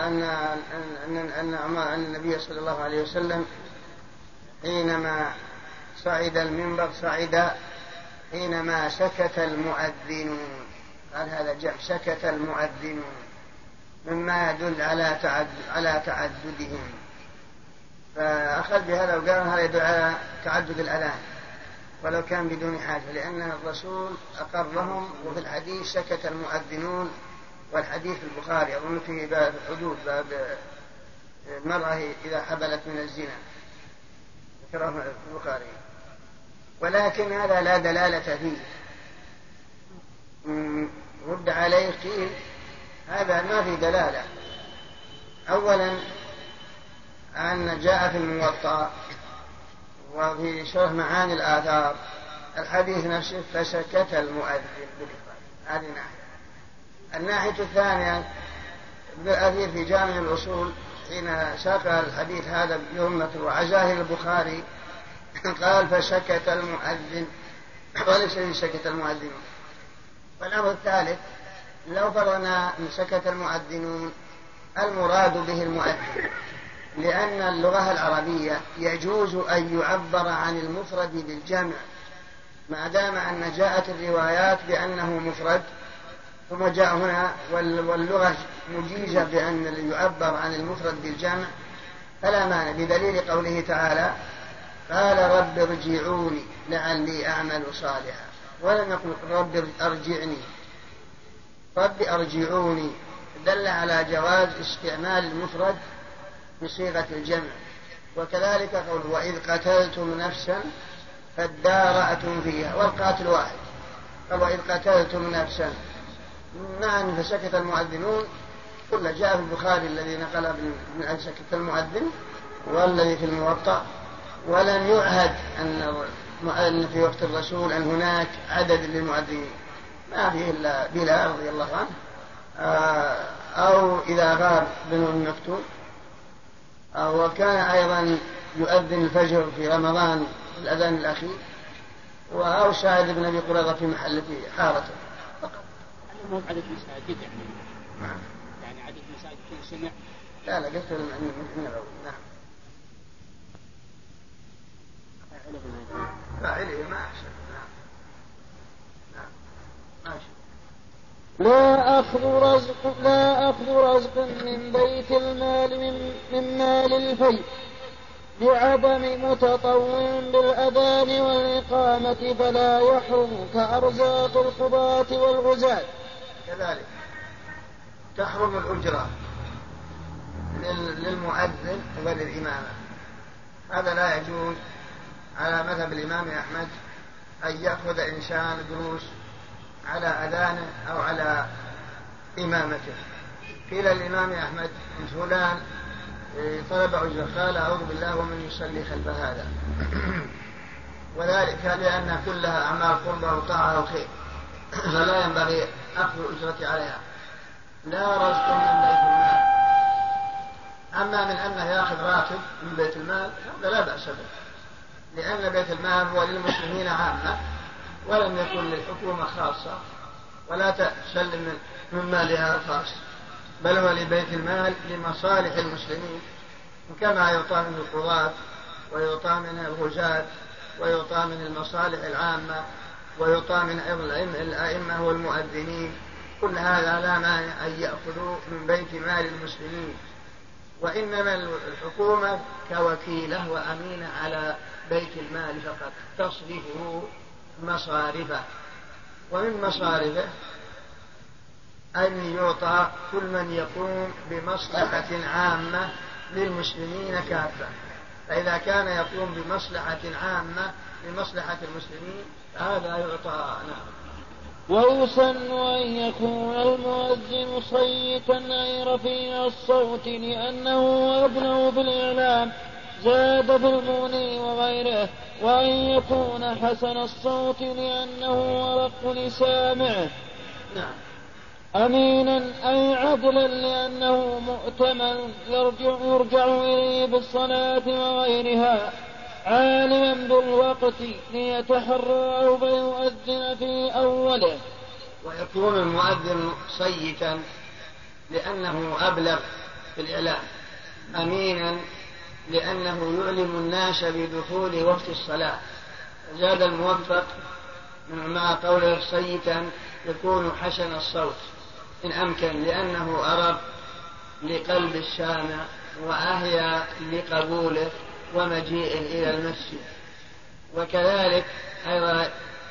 النبي صلى الله عليه وسلم حينما صعد المنبر صعد حينما سكت المؤذنون، قال هذا جمع سكت المؤذنون مما يدل على تعددهم، فأخذ بهذا وقال هذا يدل على تعدد الأذان ولو كان بدون حاجة، لأن الرسول أقر لهم. وفي الحديث سكت المؤذنون، والحديث في البخاري أظن في باب الحدود باب المرأة إذا حبلت من الزنا ذكره في البخاري، ولكن هذا لا دلالة فيه. رد عليه قيل هذا ما في دلالة. أولا أن جاء في الموطأ وفي شرح معاني الآثار الحديث نفسه فسكت المؤذن بالإخراج. هذه ناحية. الناحية الثانية بالأثير في جامع الأصول حين ساق الحديث هذا بأمة وعزاه البخاري قال فسكت المؤذن وليس سكت المؤذن. والأمر الثالث لو فرضنا أن سكت المؤذنون المراد به المؤذن، لأن اللغة العربية يجوز أن يعبر عن المفرد بالجمع ما دام أن جاءت الروايات بأنه مفرد، ثم جاء هنا واللغة مجيزة بأن يعبر عن المفرد بالجمع فلا مانع، بدليل قوله تعالى قال رب ارجعوني لعلي أعمل صالحا، ولم يقل رب أرجعني. رب أرجعوني دل على جواز استعمال المفرد بصيغة الجمع. وكذلك قوله وإذ قتلتم نفسا فادارأتم فيها والقاتل واحد، قال وإذ قتلتم نفسا. نعم فسكت المؤذنون كل جاء في البخاري الذي نقل من أن سكت المؤذن والذي في الموطأ، ولم يعهد أن في وقت الرسول أن هناك عدد للمؤذنين، ما فيه إلا بلال رضي الله عنه أو إذا غاب بن المكتوم، وكان أيضا يؤذن الفجر في رمضان الأذان الأخير، أو سعد بن أبي قريظة في محل في حارته فقط. مو عدد مساجد يعني عدد مساجد كل سمع. لا قلت النبوي. نعم فاعله ما أحسن. نعم ماشي. لا أخذ رزق من بيت المال من مال الفيء بعدم متطوع بالأذان والإقامة فلا يحرم كأرزاق القضاة والغزاة. كذلك تحرم الأجرة للمؤذن وللإمامة، هذا لا يجوز على مذهب الإمام أحمد أن يأخذ إنسان دروس على أذانه أو على إمامته. قيل الإمام أحمد فلان طلب أجرة قال أعوذ بالله ومن يصلي خلف هذا وذلك لأن كلها أعمال قربى وطاعة وخير فلا ينبغي أخذ أجرة عليها. لا رزق من بيت المال. أما من أنه يأخذ راتب من بيت المال هذا لا بأس به، لأن بيت المال هو للمسلمين عامة ولم يكن للحكومة خاصة ولا تسلم من مالها الخاص، بل هو لبيت المال لمصالح المسلمين، كما يعطى من القضاة ويعطى من الغزاة ويعطى من المصالح العامة، ويعطى من الأئمة والمؤذنين، كل هذا لا مانع أن يأخذوا من بيت مال المسلمين. وإنما الحكومة كوكيلة وأمينة على بيت المال فقط، تصرفه مصارفه، ومن مصارفه أن يعطى كل من يقوم بمصلحة عامة للمسلمين كافة. فإذا كان يقوم بمصلحة عامة لمصلحة المسلمين هذا يعطى. نعم. ويسن أن يكون المؤذن صيتا أي رفيع الصوت لأنه يبلغ بالإعلام زاد بالمغني وغيره، وأن يكون حسن الصوت لأنه أرق لسامعه. نعم. أمينا أي عدلا لأنه مؤتمن يرجع إليه بالصلاة وغيرها، عالما بالوقت ليتحرى أو فيؤذن في أوله. ويكون المؤذن صيتا لأنه أبلغ في الإعلام، أمينا لأنه يعلم الناس بدخول وقت الصلاة. زاد الموفق مع قوله صيتا يكون حسن الصوت إن أمكن، لأنه أرب لقلب السامع وأهيا لقبوله ومجيء إلى المسجد. وكذلك أيضا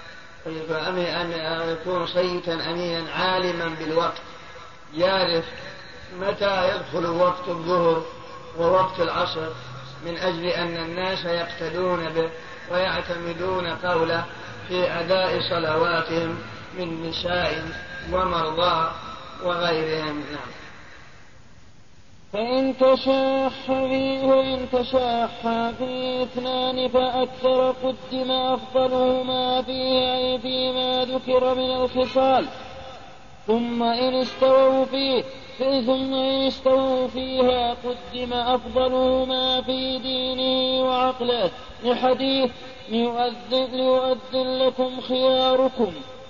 أن يكون صيتا أمينا عالما بالوقت، يعرف متى يدخل وقت الظهر ووقت العصر، من أجل أن الناس يقتدون به ويعتمدون قوله في أداء صلواتهم من نساء ومرضى وغيرهم. نعم. فإن تشاح في اثنان فأكثر قدم أفضلهما فيه أي فيما ذكر من الخصال، ثم إن استووا فيها قدم أفضلهما في دينه وعقله، لحديث ليؤذن لكم خياركم